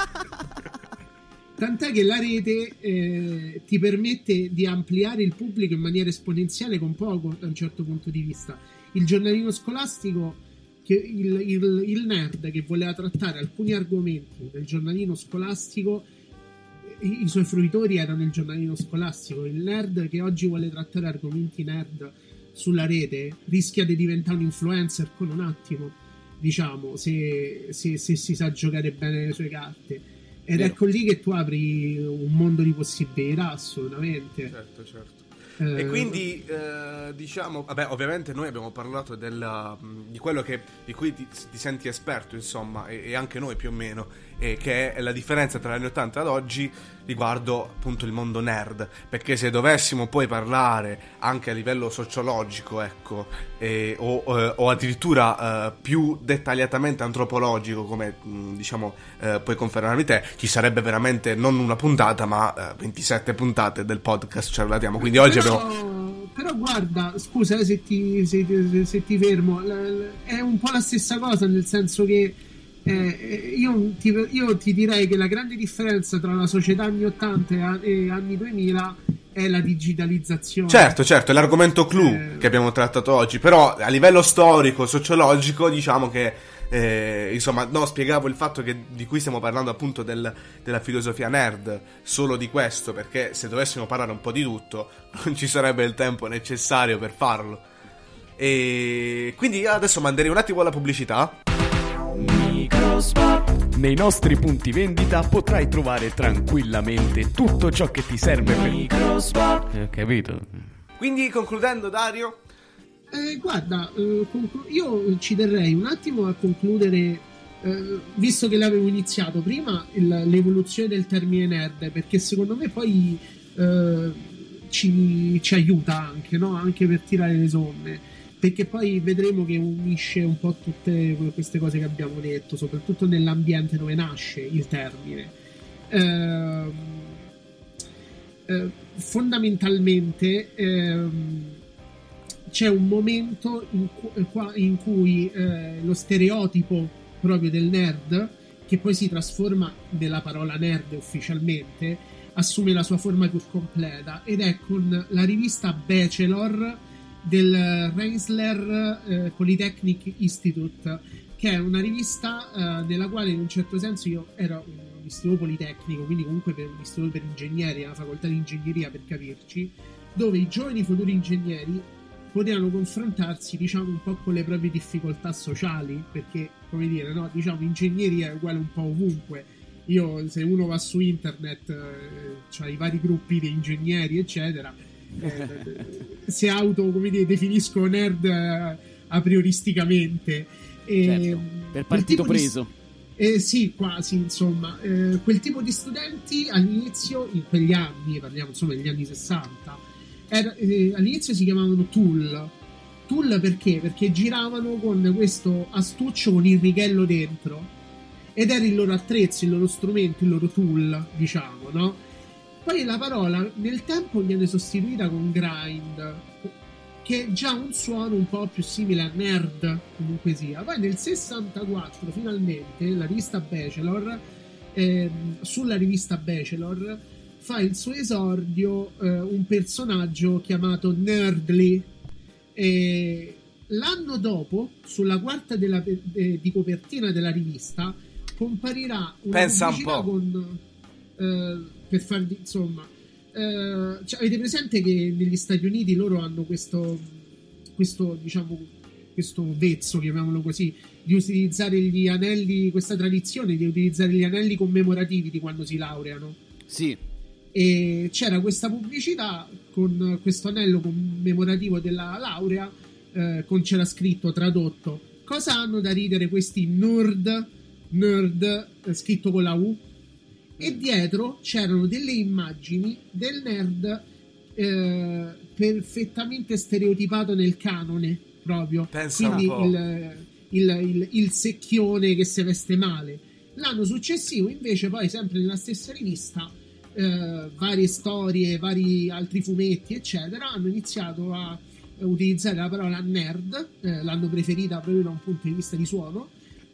Tant'è che la rete eh, ti permette di ampliare il pubblico in maniera esponenziale con poco, da un certo punto di vista. Il giornalino scolastico, che il, il, il nerd che voleva trattare alcuni argomenti del giornalino scolastico, i, i suoi fruitori erano il giornalino scolastico. Il nerd che oggi vuole trattare argomenti nerd sulla rete rischia di diventare un influencer con un attimo, diciamo, se, se, se si sa giocare bene le sue carte. Ed Vero. ecco lì che tu apri un mondo di possibilità, assolutamente. Certo, certo. Eh, E quindi eh, diciamo, vabbè, ovviamente noi abbiamo parlato del, di quello che, di cui ti, ti senti esperto, insomma, e, e anche noi più o meno, e che è la differenza tra gli anni ottanta ad oggi riguardo appunto il mondo nerd. Perché se dovessimo poi parlare anche a livello sociologico, ecco, e, o, eh, o addirittura eh, più dettagliatamente antropologico, come mh, diciamo eh, puoi confermarmi te, ci sarebbe veramente non una puntata ma eh, ventisette puntate del podcast ci arriviamo. Quindi oggi abbiamo però, però guarda, scusa eh, se, ti, se, se, se ti fermo, l- l- è un po' la stessa cosa, nel senso che eh, io, ti, io ti direi che la grande differenza tra la società anni ottanta e, a- e anni duemila è la digitalizzazione. Certo, certo, è l'argomento clou Eh. che abbiamo trattato oggi, però a livello storico, sociologico, diciamo che eh, insomma, no, spiegavo il fatto che di cui stiamo parlando appunto del, della filosofia nerd, solo di questo, perché se dovessimo parlare un po' di tutto non ci sarebbe il tempo necessario per farlo. E quindi adesso manderei un attimo alla pubblicità. Microspot. Nei nostri punti vendita potrai trovare tranquillamente tutto ciò che ti serve per Microspot. Eh, capito? Quindi concludendo, Dario, Eh, guarda, eh, conclu- io ci terrei un attimo a concludere, eh, visto che l'avevo iniziato prima, il- l'evoluzione del termine nerd, perché secondo me poi eh, ci, ci aiuta anche, no? Anche per tirare le somme, perché poi vedremo che unisce un po' tutte queste cose che abbiamo detto, soprattutto nell'ambiente dove nasce il termine. Ehm, eh, fondamentalmente ehm, c'è un momento in, cu- qua- in cui eh, lo stereotipo proprio del nerd, che poi si trasforma nella parola nerd ufficialmente, assume la sua forma più completa, ed è con la rivista Bachelor del Rensselaer eh, Polytechnic Institute, che è una rivista eh, nella quale in un certo senso io ero un istituto politecnico, quindi comunque per un istituto per ingegneri, una facoltà di ingegneria per capirci, dove i giovani futuri ingegneri potevano confrontarsi, diciamo, un po' con le proprie difficoltà sociali, perché, come dire, no, diciamo, ingegneria è uguale un po' ovunque. Io, se uno va su internet, eh, c'ha i vari gruppi di ingegneri, eccetera, eh, si auto, come dire, definisco nerd eh, a prioristicamente. E, Certo, per partito quel tipo di- preso. eh, sì, quasi, insomma. Eh, quel tipo di studenti all'inizio, in quegli anni, parliamo insomma degli anni sessanta, era- eh, all'inizio si chiamavano tool. Tool perché? Perché giravano con questo astuccio con il righello dentro, ed era il loro attrezzo, il loro strumento, il loro tool, diciamo, no? Poi la parola nel tempo viene sostituita con grind, che è già un suono un po' più simile a nerd, comunque sia. Poi nel sessantaquattro finalmente la rivista Bachelor, ehm, sulla rivista Bachelor fa il suo esordio eh, un personaggio chiamato Nerdly. E l'anno dopo, sulla quarta della, eh, di copertina della rivista, comparirà una Pensa un pubblicità po'. con eh, per farvi, insomma, eh, cioè, avete presente che negli Stati Uniti loro hanno questo questo diciamo questo vezzo, chiamiamolo così, di utilizzare gli anelli, questa tradizione di utilizzare gli anelli commemorativi di quando si laureano. Sì. E c'era questa pubblicità con questo anello commemorativo della laurea, eh, con c'era scritto, tradotto: cosa hanno da ridere questi nerd, nerd eh, scritto con la U, e dietro c'erano delle immagini del nerd eh, perfettamente stereotipato nel canone proprio. Pensa quindi un po'. il, il, il, il secchione che si veste male. L'anno successivo, invece, poi sempre nella stessa rivista, eh, varie storie, vari altri fumetti, eccetera, hanno iniziato a utilizzare la parola nerd, eh, l'hanno preferita proprio da un punto di vista di suono,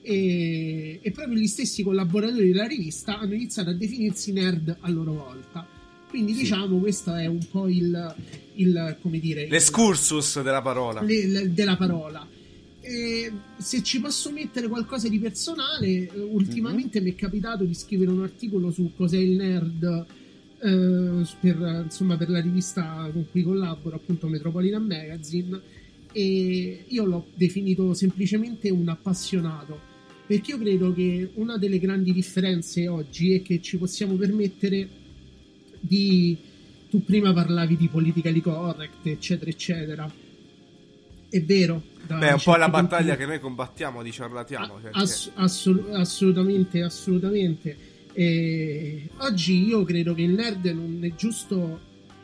e, e proprio gli stessi collaboratori della rivista hanno iniziato a definirsi nerd a loro volta. Quindi, sì, diciamo, questo è un po' il, il come dire, l'escursus il, della parola. Le, le, della parola. E se ci posso mettere qualcosa di personale, ultimamente mm-hmm. mi è capitato di scrivere un articolo su cos'è il nerd, eh, per, insomma, per la rivista con cui collaboro, appunto Metropolitan Magazine, e io l'ho definito semplicemente un appassionato, perché io credo che una delle grandi differenze oggi è che ci possiamo permettere di... Tu prima parlavi di politically correct, eccetera eccetera. È vero. Beh, è un po' la battaglia che noi combattiamo di ciarlatiamo. Cioè, ass- assolut- assolutamente, assolutamente. E oggi io credo che il nerd non è giusto,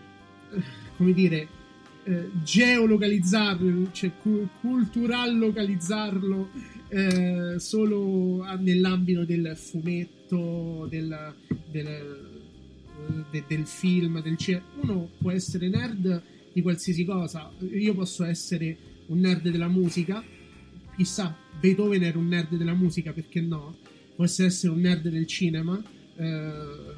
eh, come dire, eh, geolocalizzarlo, cioè cu- cultural localizzarlo eh, solo a- nell'ambito del fumetto, del, del, de- del film, del cinema. Uno può essere nerd di qualsiasi cosa. Io posso essere un nerd della musica, chissà, Beethoven era un nerd della musica, perché no? Può essere un nerd del cinema, eh,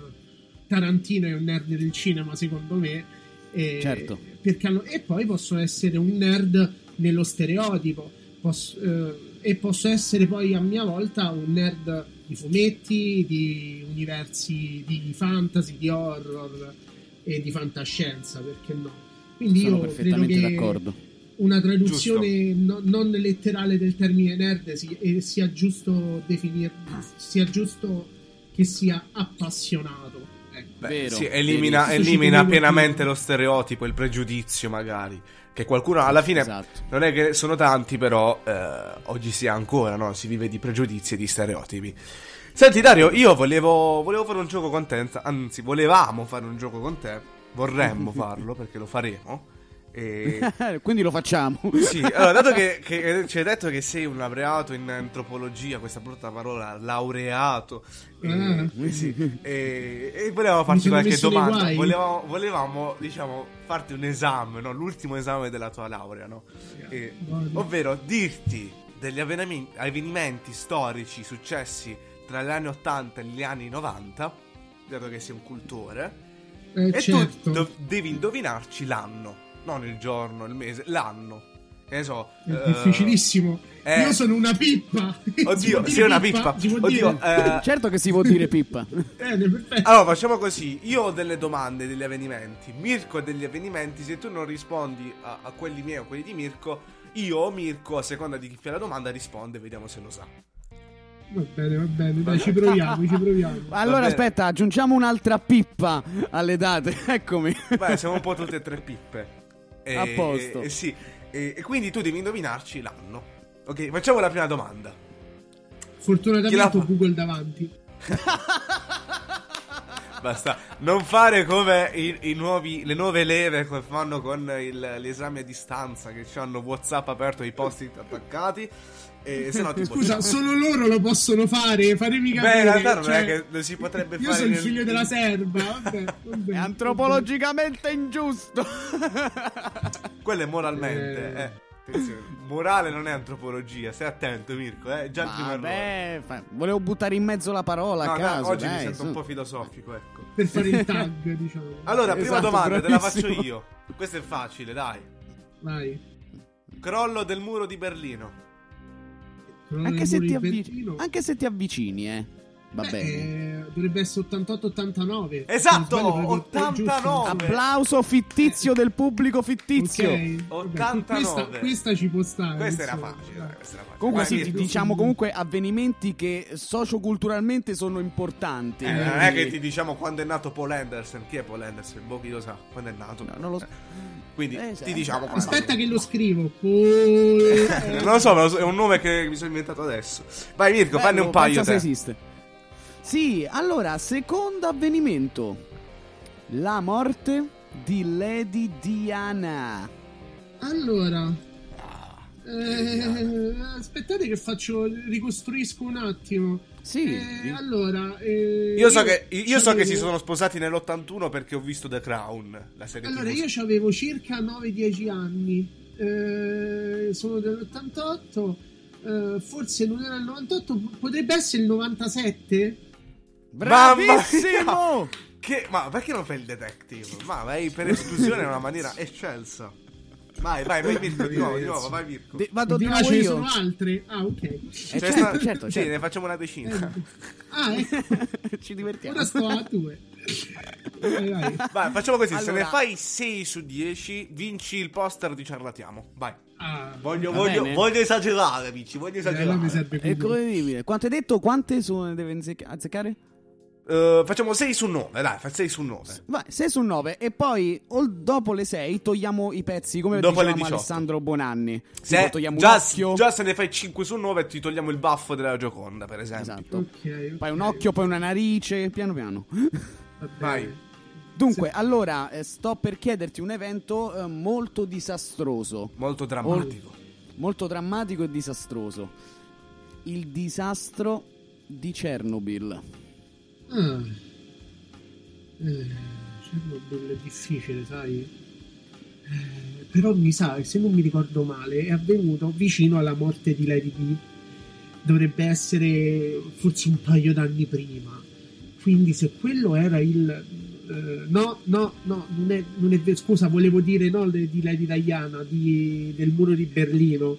Tarantino è un nerd del cinema secondo me, e, certo. Perché hanno, e poi posso essere un nerd nello stereotipo, posso, eh, e posso essere poi a mia volta un nerd di fumetti, di universi, di fantasy, di horror e di fantascienza, perché no? Quindi sono io perfettamente credo che d'accordo. Una traduzione no, non letterale del termine nerd si, e sia giusto definire, sia giusto che sia appassionato. Ecco. Beh, sì, elimina, elimina pienamente lo stereotipo, il pregiudizio magari, che qualcuno alla fine, esatto, non è che sono tanti, però eh, oggi si ha ancora, no? Si vive di pregiudizi e di stereotipi. Senti Dario, io volevo, volevo fare un gioco con te, anzi volevamo fare un gioco con te, vorremmo farlo perché lo faremo. E... quindi lo facciamo. Sì, allora, dato che, che ci hai detto che sei un laureato in antropologia, questa brutta parola, laureato, e, ah. e, sì, e, e volevamo farti qualche domanda. Volevamo, volevamo, diciamo, farti un esame, no? L'ultimo esame della tua laurea, no? E, ovvero dirti degli avvenimenti, avvenimenti storici successi tra gli anni ottanta e gli anni novanta, dato che sei un cultore, eh, e certo. tu do- devi indovinarci l'anno. Non il giorno, il mese, l'anno. Che ne so. È uh, difficilissimo. Eh, Io sono una pippa. Oddio, sei una pippa. Oddio, eh, certo che si può dire pippa. eh, perfetto. Allora, facciamo così. Io ho delle domande, degli avvenimenti. Mirko ha degli avvenimenti. Se tu non rispondi a, a quelli miei o a quelli di Mirko, io o Mirko, a seconda di chi fa la domanda, risponde. Vediamo se lo sa. Va bene, va bene, dai, ci proviamo, ci proviamo. Allora aspetta, aggiungiamo un'altra pippa alle date. Eccomi. Beh, siamo un po' tutte e tre pippe. E, a posto. E, e sì, e, e quindi tu devi indovinarci l'anno. Ok, facciamo la prima domanda. Fortunatamente ho Google davanti. Basta non fare come i, i nuovi, le nuove leve che fanno con il, gli esami a distanza, che hanno WhatsApp aperto e i post-it attaccati. E se no, tipo, scusa, tipo... solo loro lo possono fare, faremi capire. Beh, in realtà non cioè, è che lo si potrebbe io fare. Io sono il nel... figlio della serva. Vabbè, vabbè, è antropologicamente vabbè. Ingiusto. Quello è moralmente. Eh. Eh. Morale non è antropologia. Stai attento, Mirko. Eh. Già il primo errore. Fa... Volevo buttare in mezzo la parola no, a caso. No, oggi dai, mi sento su. un po' filosofico, ecco. Per fare il tag, diciamo. Allora, prima esatto, domanda, bravissimo. te la faccio io. Questo è facile, dai. Vai. Crollo del muro di Berlino. Anche se, ti avvicini, anche se ti avvicini, eh. Va Beh, bene. Eh, dovrebbe essere ottantotto ottantanove. Esatto, ottantanove. Applauso fittizio del pubblico fittizio. Okay. ottantanove. Questa, questa ci può stare. Questa era facile, dai, questa era facile. Comunque Vai, sì, diciamo comunque avvenimenti che socioculturalmente sono importanti. Eh, non è che ti diciamo quando è nato Paul Anderson. Chi è Paul Anderson? Boh, chi lo sa? Quando è nato? No, non lo so. Quindi eh, ti diciamo quando. Aspetta che lo scrivo. Paul... non lo so, ma è un nome che mi sono inventato adesso. Vai Mirko, Bello, fanne un paio pensa te. se esiste. Sì, allora, secondo avvenimento. La morte di Lady Diana. Allora, Eh, aspettate che faccio, ricostruisco un attimo. Sì. Eh, allora, eh, Io so, che, io so c'avevo- che si sono sposati nell'ottantuno perché ho visto The Crown, la serie Allora, T V. io avevo circa nove dieci anni. Eh, sono dell'ottantotto. Eh, forse non era il novantotto, potrebbe essere il novantasette. Bravissimo! Che, ma perché non fai il detective? Ma vai per esclusione in una maniera eccelsa. Vai, vai, vai Mirko, di nuovo, di nuovo, vai Mirko. De- vado di Ah, nuovo ce ne io. sono altre? Ah, ok. Eh, Cioè, certo, sta- certo, Sì, certo. ne facciamo una decina. Ah, ecco. Ci divertiamo. Ora sto a due. Vai, vai. Vai, facciamo così, se Allora- ne fai sei su dieci, vinci il poster di Ciarlatiamo. Vai. Ah, Voglio, Va voglio, bene. voglio esagerare, amici, voglio eh, allora esagerare. mi serve È così. incredibile. Quanto hai detto? Quante su deve azze- azzeccare? Eh, facciamo sei su nove, dai, fa sei su nove. Vai, sei su nove. E poi o dopo le sei togliamo i pezzi, come Dopo le dicevamo diciotto. Alessandro Bonanni. Se Tipo, togliamo già, un occhio. già se ne fai cinque su nove ti togliamo il baffo della Gioconda, per esempio. Esatto. Ok, ok. Poi un occhio, poi una narice, piano piano. Va bene. Vai. Dunque, allora, eh, sto per chiederti un evento eh, molto disastroso. Molto drammatico. Molto drammatico e disastroso. Il disastro di Chernobyl. Ah. Eh, Chernobyl è difficile, sai? Eh, però mi sa, se non mi ricordo male, è avvenuto vicino alla morte di Lady Di. Dovrebbe essere forse un paio d'anni prima. Quindi se quello era il... eh, no, no, no, non è, non è ver- scusa, volevo dire no le- di Lady Diana, di, del muro di Berlino.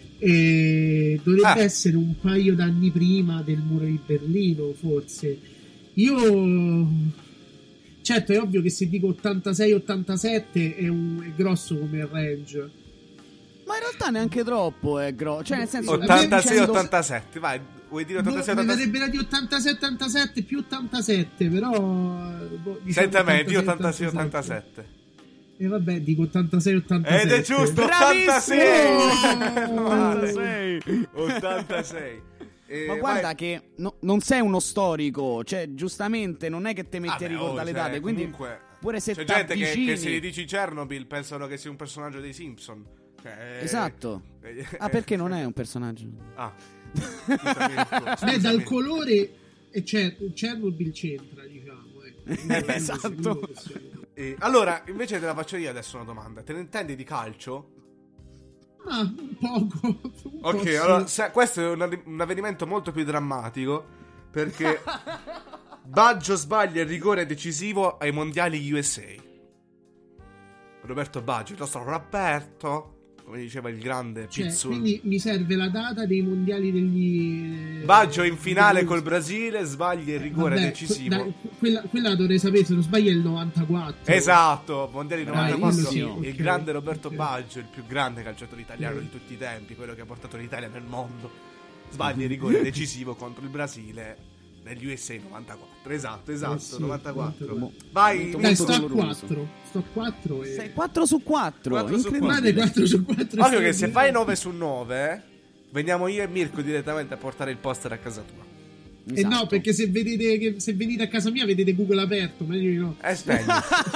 Eh, dovrebbe Ah. essere un paio d'anni prima del muro di Berlino, forse. Io... Certo, è ovvio che se dico ottantasei ottantasette è, un, è grosso come range. Ma in realtà neanche troppo è grosso. Cioè, nel senso, ottantasei dicendo- ottantasette, vai, vuoi dire ottantasei Boh, mi ottantasette? verrebbe da di ottantasei ottantasette più ottantasette, però boh, diciamo Senti a me, di ottantasei ottantasei ottantasette. E vabbè, dico ottantasei ottantasette. Ed è giusto, Bravissimo! ottantasei. ottantasei. ottantasei. Eh, Ma guarda vai. che no- non sei uno storico, cioè giustamente non è che te metti Vabbè, a ricordare oh, le cioè, date, quindi comunque, pure se c'è gente che, t'avvicini- che se gli dici Chernobyl pensano che sia un personaggio dei Simpson. Cioè, Esatto. eh, Ah, perché non è un personaggio? Ah. Scusami, Mirko, Beh, dal scusami. colore e c'è Chernobyl c'entra, diciamo. Ecco. Eh beh, esatto. Eh, allora, invece te la faccio io adesso una domanda. Te ne intendi di calcio? Ah, un poco. Un po' Ok, sì. allora, se- questo è un, un avvenimento molto più drammatico perché Baggio sbaglia il rigore decisivo ai mondiali U S A. Roberto Baggio, il nostro Roberto, come diceva il grande Cioè, Pizzul. quindi mi serve la data dei mondiali degli... eh, Baggio in finale degli- col Brasile sbaglia il rigore Vabbè, decisivo. que- dai, quella, quella la dovrei sapere, se non sbaglio è il novantaquattro. Esatto, mondiali novantaquattro, Bravissimo. il Ok, grande Roberto ok. Baggio, il più grande calciatore italiano Ok. di tutti i tempi, quello che ha portato l'Italia nel mondo, sbaglia il rigore decisivo contro il Brasile negli U S A novantaquattro. Esatto, esatto, Eh sì, novantaquattro. novantaquattro. Vai, Molto, Dai, molto sto a doloroso. quattro. Sto a quattro e... Sei quattro su quattro, quattro su incredibile. Guarda, quattro su quattro. Occhio che se fai nove su nove, veniamo io e Mirko direttamente a portare il poster a casa tua. Eh Esatto. no, perché se vedete che se venite a casa mia vedete Google aperto, meglio di no. E spegni.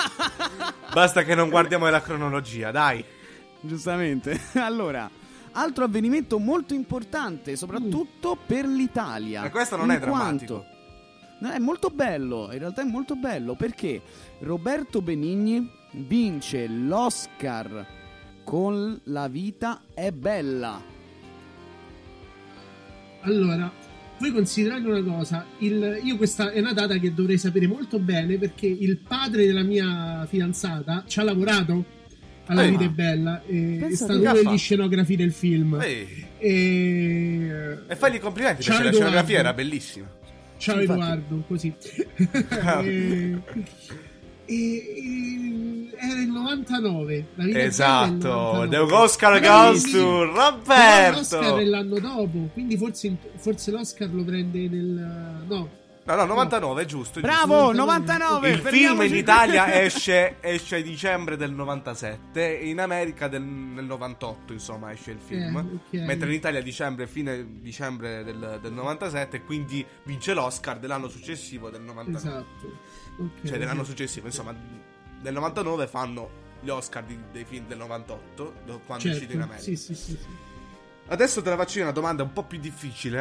Basta che non guardiamo la cronologia, dai. Giustamente. Allora, altro avvenimento molto importante, soprattutto per l'Italia. E questo non è in drammatico. quanto- No, è molto bello, in realtà è molto bello perché Roberto Benigni vince l'Oscar con La vita è bella. Allora, voi considerate una cosa, il- io questa è una data che dovrei sapere molto bene perché il padre della mia fidanzata ci ha lavorato alla Eh, vita è ma- bella, e è Pensa stato che ha uno fatto. degli scenografi del film. Ehi. E... E fagli i complimenti Ciao, perché la scenografia Edoardo. era bellissima. Ciao Sì, infatti. Edoardo, così. e, e- e- era il novantanove. La vita è bella è il Esatto, novantanove. The Oscar Però goes quindi- to però Roberto. l'Oscar è l'anno dopo, quindi forse, forse l'Oscar lo prende nel... No, No, no, novantanove, è giusto. è Bravo, giusto. novantanove. giusto. Il film fermiamoci in qui. Italia esce, esce a dicembre del novantasette, e in America del, nel novantotto, insomma, esce il film. Eh, ok. Mentre in Italia dicembre, fine dicembre del, del novantasette, e quindi vince l'Oscar dell'anno successivo del novantanove. esatto. Ok. Cioè dell'anno successivo, insomma, nel novantanove fanno gli Oscar di- dei film del novantotto, do- quando è uscito in Certo, America. sì, sì, sì, sì. Adesso te la faccio io una domanda un po' più difficile.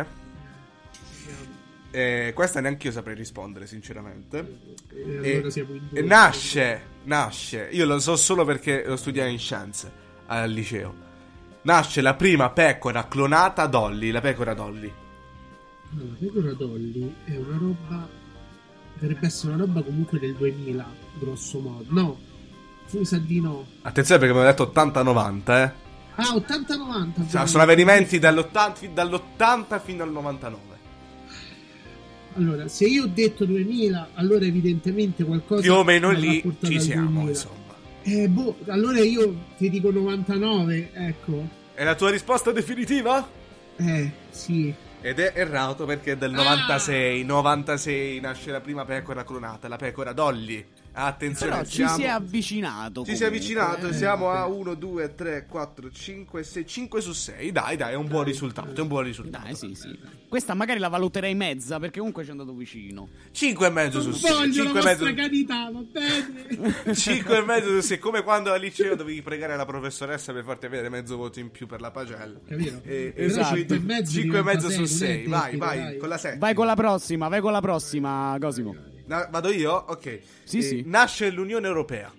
Eh, questa neanche io saprei rispondere, sinceramente. E allora siamo in due. E nasce, nasce, io lo so solo perché lo studiai in scienze al liceo. Nasce la prima pecora clonata Dolly, la pecora Dolly. No, la pecora Dolly è una roba. Dovrebbe essere una roba comunque del duemila, grosso modo. No, mi sa di no. Attenzione perché mi hanno detto ottanta novanta, eh. Ah, ottanta novanta. Cioè, sono avvenimenti dall'ottanta, dall'ottanta fino al novantanove. Allora, se io ho detto duemila, allora evidentemente qualcosa più o meno avrà lì portato ci al siamo, duemila. insomma. Eh, boh, allora io ti dico novantanove, ecco. È la tua risposta definitiva? Eh, sì. Ed è errato perché è del novantasei. novantasei nasce la prima pecora clonata, la pecora Dolly. Attenzione, però ci siamo... si è avvicinato. Ci si è comunque, avvicinato, eh. siamo a uno, due, tre, quattro, cinque, sei, cinque su sei. Dai, dai, è un buon risultato, è un buon risultato. Dai, sì, sì. Questa magari la valuterei mezza perché comunque ci è andato vicino. cinque e mezzo su Non sei. voglio cinque la e vostra mezzo... carità, va bene? cinque e mezzo su sei, come quando al liceo dovevi pregare la professoressa per farti avere mezzo voto in più per la pagella. Capito? E, Esatto. cinque e mezzo, cinque e mezzo su sei. sei, Vai, vai, dai. con la sette. Vai con la prossima, vai con la prossima, Cosimo. Na- vado io? Ok. Sì, Eh, sì. Nasce l'Unione Europea.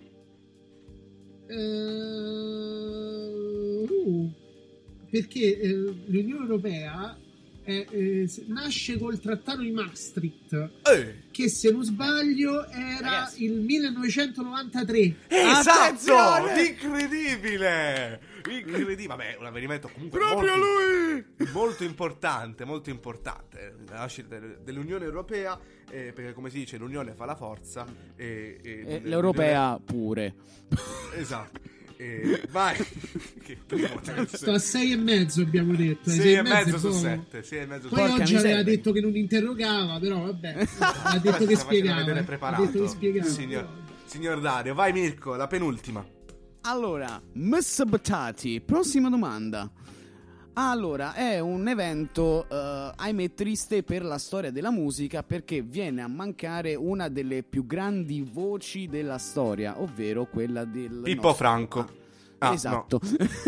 Eh, uh, perché eh, l'Unione Europea è, eh, nasce col trattato di Maastricht, Eh. che se non sbaglio era Ragazzi. il millenovecentonovantatré. Esatto! Attenzione! Incredibile! Incredibile! Vabbè, un avvenimento comunque Proprio molto, lui! molto importante, molto importante. La nascita del- dell'Unione Europea, eh, perché come si dice, l'Unione fa la forza e, e- E l'Europea pure. Esatto. E vai. Che primo terzo. Sto a sei e mezzo abbiamo detto. eh, sei sei e mezzo è su poco. sette. sei e mezzo su Poi Porca oggi aveva miseria. detto che non interrogava, però vabbè, ha detto che Stiamo facendo spiegava. vedere Ha preparato, detto che spiegava. signor, signor Dario. Vai Mirko, la penultima. Allora, Miss Batati, prossima domanda. Allora, è un evento, eh, ahimè, triste per la storia della musica perché viene a mancare una delle più grandi voci della storia, ovvero quella del Pippo nostro- Franco. Ah, esatto.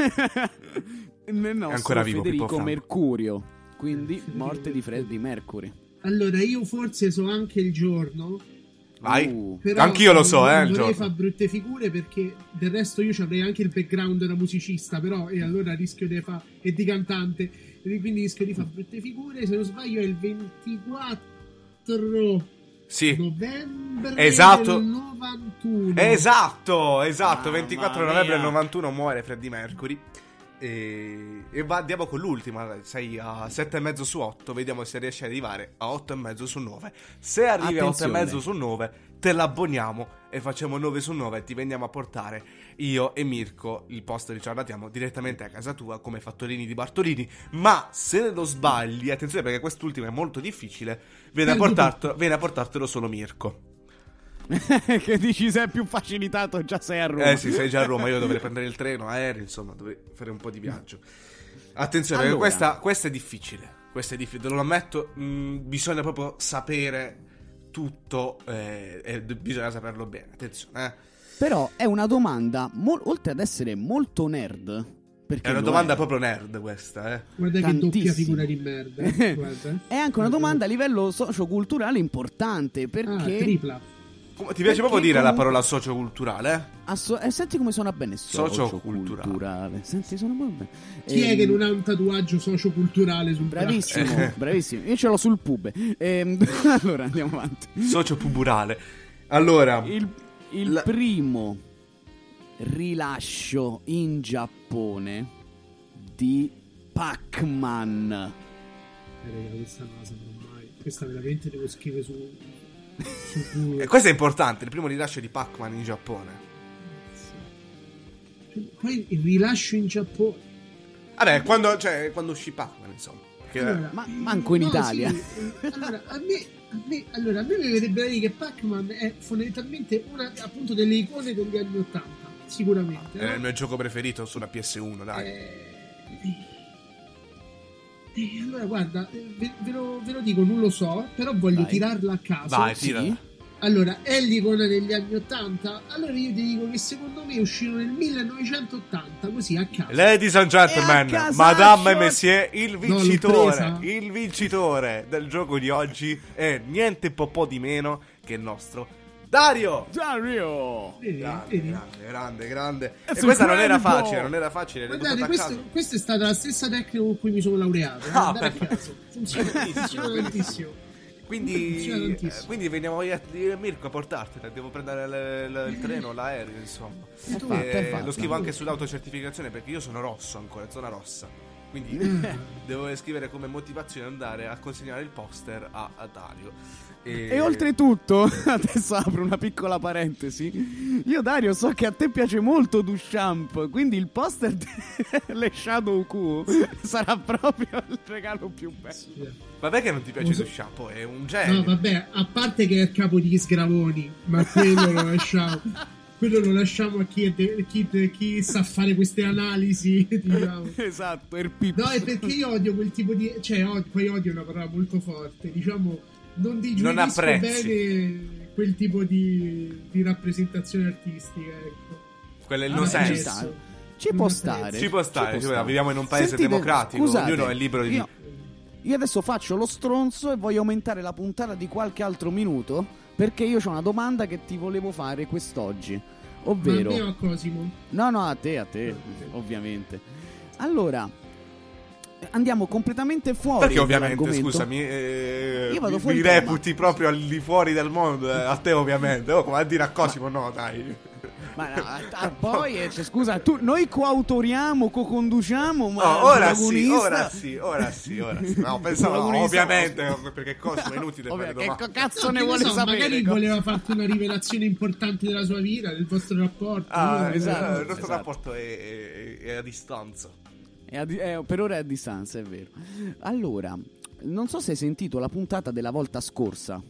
Nel nostro ancora vivo, Pippo Federico Franco. Mercurio. Quindi, morte di Freddie Mercury. Allora, io forse so anche il giorno. Vai. Uh. Però Anch'io lo so, non, eh, non il vorrei giorno. fare brutte figure perché del resto io avrei anche il background da musicista, però e allora rischio di fa e di cantante, e quindi rischio di fare brutte figure. Se non sbaglio è il ventiquattro Sì. novembre Esatto. del novantuno. Esatto, esatto. Mamma ventiquattro mia. novembre del novantuno muore Freddie Mercury. E, e va, andiamo con l'ultima. Sei a sette e mezzo su otto. Vediamo se riesci ad arrivare a otto e mezzo su nove. Se arrivi a otto e Attenzione. mezzo su nove, te l'abboniamo e facciamo nove su nove. E ti veniamo a portare io e Mirko, il posto di ciarlatiamo, direttamente a casa tua come Fattorini di Bartolini. Ma se lo sbagli, attenzione perché quest'ultima è molto difficile, viene a, portartelo, viene a portartelo solo Mirko. Che dici se è più facilitato, già sei a Roma. Eh sì, sei già a Roma, io dovrei prendere il treno, aereo, insomma, dovrei fare un po' di viaggio. Attenzione, Allora. perché questa, questa è difficile, questa è difficile, te lo ammetto, mh, bisogna proprio sapere tutto eh, e d- bisogna saperlo bene, attenzione, eh. Però è una domanda, mo- oltre ad essere molto nerd, perché È una lo domanda proprio nerd questa, eh. Guarda che doppia Tantissimo. figura di merda. Guarda. è anche una domanda a livello socioculturale importante, Ah, perché tripla. Come- ti piace Perché proprio dire la comunque- parola socioculturale, eh? asso- eh, senti come suona bene Socioculturale. socioculturale. Senti, suona molto bene. Chi è Ehm, che non ha un tatuaggio socioculturale sul Bravissimo, Eh. bravissimo. Io ce l'ho sul pube. Ehm, allora andiamo avanti. Sociopuburale. Allora, Il, il La- primo rilascio in Giappone di Pac-Man. Eh, raga, questa non la saprò mai. Questa veramente devo scrivere su, su Google. e questo è importante, il primo rilascio di Pac-Man in Giappone. Poi il rilascio in Giappone. Vabbè, quando, cioè, quando uscì Pac-Man, insomma. Perché- Allora, Ma manco in no, Italia. sì, eh, allora, a me, a me, allora, a me mi verrebbe da dire che Pac-Man è fondamentalmente una appunto delle icone degli anni ottanta. Sicuramente. Era no? il mio gioco preferito sulla P S uno, dai. Eh, eh, allora, guarda, eh, ve, ve lo, ve lo dico, non lo so, però voglio Vai. tirarla a caso. Vai, sì. tira. Allora, è l'icona degli anni ottanta? Allora io ti dico che secondo me uscirono nel millenovecentottanta, così a caso. Ladies and gentlemen, madame e monsieur, il vincitore, No, il vincitore del gioco di oggi è niente po' po' di meno che il nostro Dario. Dario. Grande, grande, grande, grande. E questa non era facile, non era facile. Guardate, questo, questa è stata la stessa tecnica con cui mi sono laureato. Ah, andare a caso. Funziona, funziona tantissimo. Quindi, eh, quindi veniamo io a Mirko a portartela. Devo prendere le, le, il treno, l'aereo, insomma. È fatto, E è fatto. lo scrivo anche sull'autocertificazione perché io sono rosso ancora, zona rossa. Quindi devo scrivere come motivazione andare a consegnare il poster a, a Dario. E... e oltretutto, adesso apro una piccola parentesi. Io, Dario, so che a te piace molto Duchamp, quindi il poster delle Shadow Q sarà proprio il regalo più bello. Vabbè che non ti piace so. Duchamp, è un genio. No, vabbè, a parte che è il capo di Sgravoni, ma quello lo lasciamo. Quello lo lasciamo a chi, è de- chi, de- chi sa fare queste analisi, diciamo. Esatto, il pip. No, è perché io odio quel tipo di... Cioè, odio, poi odio è una parola molto forte. Diciamo, non digerisco bene quel tipo di, di rappresentazione artistica, ecco. Quello è il Ah, no ci sense. sta. Ci può stare. Ci può stare, Ci può ci stare. viviamo in un paese Sentite, democratico, scusate, ognuno è libero di... Io, io adesso faccio lo stronzo e voglio aumentare la puntata di qualche altro minuto, perché io ho una domanda che ti volevo fare quest'oggi. Ovvero... Ma a me o a Cosimo? No, no, a te, a te, ovviamente. Allora, andiamo completamente fuori. Perché ovviamente, dall'argomento. scusami, eh, Io vado mi, fuori mi tema. reputi proprio al di fuori del mondo, eh, a te ovviamente. Oh, come a dire a Cosimo, no, dai. Ma no, a- a- poi, eh, cioè, scusa, tu, noi coautoriamo, co-conduciamo, ma Oh, ora il sì, protagonista- ora sì, ora sì, ora sì. No, pensavo, no, protagonista- ovviamente, perché Cosimo è inutile Ovvio, fare che domande. co- cazzo No, ne che vuole so, sapere? magari co- voleva farti una rivelazione importante della sua vita, del vostro rapporto. Ah, Io- esatto, esatto, il nostro esatto. rapporto è, è- è a distanza. È a di- è- per ora è a distanza, è vero. Allora, non so se hai sentito la puntata della volta scorsa,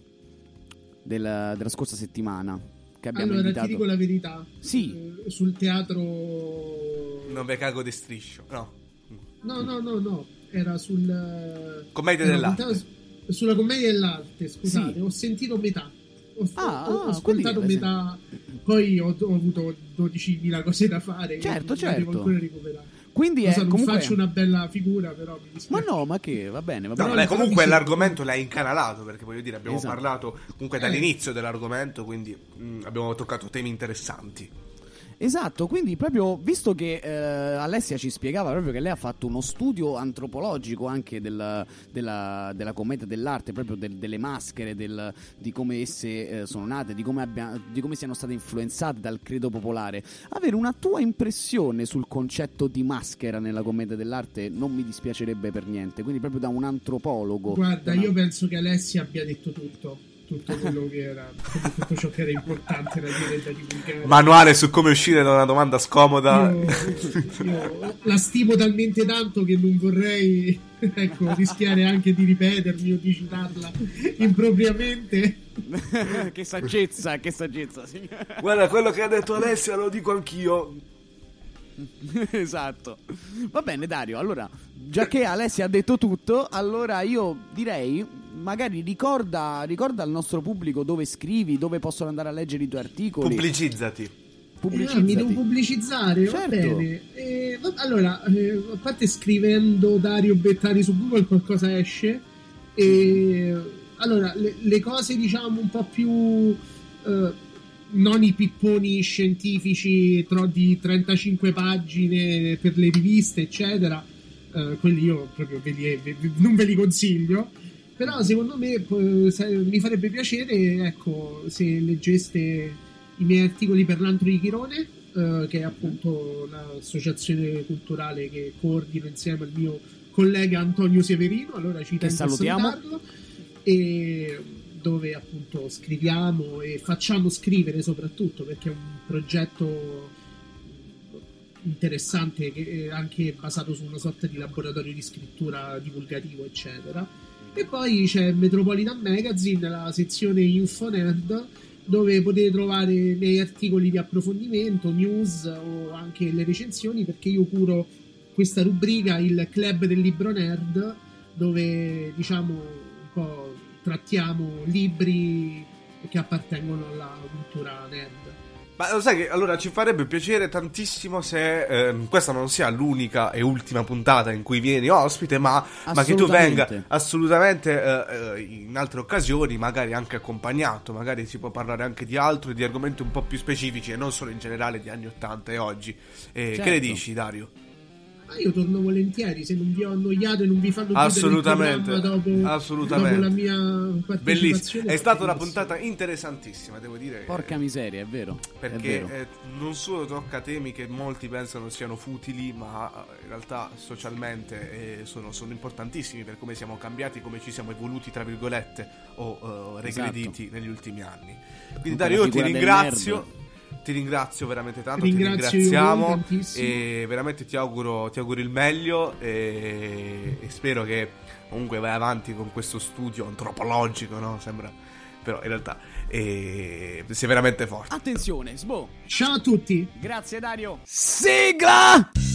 del- della scorsa settimana, che abbiamo Allora, invitato. ti dico la verità. Sì. Eh, sul teatro... Non ve cago di striscio, no. No, no, no, no. Era sul... Commedia era dell'arte. puntata su- Sulla commedia dell'arte, scusate. Sì. Ho sentito metà. Ho, Ah, ho- ho ah, ascoltato quindi- metà. Poi ho, ho avuto dodicimila cose da fare. che Certo, non certo. devo ancora recuperare. Quindi Lo è so, non comunque... faccio una bella figura, però mi Ma dispiace. no, ma che, va bene, va No, bene. beh, però comunque mi sento- l'argomento l'hai incanalato, perché voglio dire, abbiamo Esatto. parlato comunque Eh. dall'inizio dell'argomento, quindi mh, abbiamo toccato temi interessanti. Esatto, quindi proprio visto che eh, Alessia ci spiegava proprio che lei ha fatto uno studio antropologico anche del- della, della commedia dell'arte, proprio del- delle maschere, del- di come esse eh, sono nate, di come, abbia- di come siano state influenzate dal credo popolare, avere una tua impressione sul concetto di maschera nella commedia dell'arte non mi dispiacerebbe per niente, quindi proprio da un antropologo. Guarda, da una- io penso che Alessia abbia detto tutto. Tutto quello che era, tutto ciò che era importante da dire e da divulgare. Manuale su come uscire da una domanda scomoda. Io, io la stimo talmente tanto che non vorrei, ecco, rischiare anche di ripetermi o di citarla impropriamente. Che saggezza, che saggezza, signora. Guarda, quello che ha detto Alessia lo dico anch'io. Esatto. Va bene, Dario, allora, già che Alessia ha detto tutto, allora io direi, magari ricorda, ricorda al nostro pubblico dove scrivi, dove possono andare a leggere i tuoi articoli. Pubblicizzati. Eh, mi devo pubblicizzare, va Certo. bene. Eh, va- allora, eh, a parte scrivendo Dario Bettari su Google qualcosa esce. E allora, le, le cose diciamo un po' più... eh, non i pipponi scientifici tro- di trentacinque pagine per le riviste, eccetera. Eh, quelli io proprio ve li- ve- ve- non ve li consiglio. Però secondo me eh, se- mi farebbe piacere, ecco, se leggeste i miei articoli per l'Antro di Chirone, eh, che è appunto l'associazione culturale che coordino insieme al mio collega Antonio Severino. Allora ci Che tengo a salutiamo. salutarlo. E dove appunto scriviamo e facciamo scrivere soprattutto, perché è un progetto interessante che è anche basato su una sorta di laboratorio di scrittura divulgativo, eccetera. E poi c'è Metropolitan Magazine, la sezione Infonerd, dove potete trovare i miei articoli di approfondimento, news o anche le recensioni, perché io curo questa rubrica, il Club del Libro Nerd, dove diciamo un po' trattiamo libri che appartengono alla cultura nerd. Ma lo sai che allora ci farebbe piacere tantissimo se ehm, questa non sia l'unica e ultima puntata in cui vieni ospite, ma, ma che tu venga assolutamente eh, in altre occasioni, magari anche accompagnato, magari si può parlare anche di altro, di argomenti un po' più specifici e non solo in generale di anni ottanta e oggi. Eh, Certo. Che ne dici, Dario? Ah, io torno volentieri se non vi ho annoiato e non vi fanno Assolutamente, chiudere il programma dopo, assolutamente. dopo la mia partecipazione. Bellissimo, è stata una bellissimo. puntata interessantissima, devo dire. Porca miseria, è vero. Perché è vero. eh, non solo tocca temi che molti pensano siano futili, ma eh, in realtà socialmente eh, sono, sono importantissimi per come siamo cambiati, come ci siamo evoluti, tra virgolette, o eh, regrediti Esatto. negli ultimi anni. Quindi Comunque Dario, la io ti figura del ringrazio. nerd. Ti ringrazio veramente tanto, Ringrazio ti io ringraziamo voi tantissimo. e veramente ti auguro, ti auguro il meglio e, e spero che comunque vai avanti con questo studio antropologico, no? Sembra, però in realtà eh, sei veramente forte. Attenzione, Sbo. Ciao a tutti. Grazie Dario. Sigla!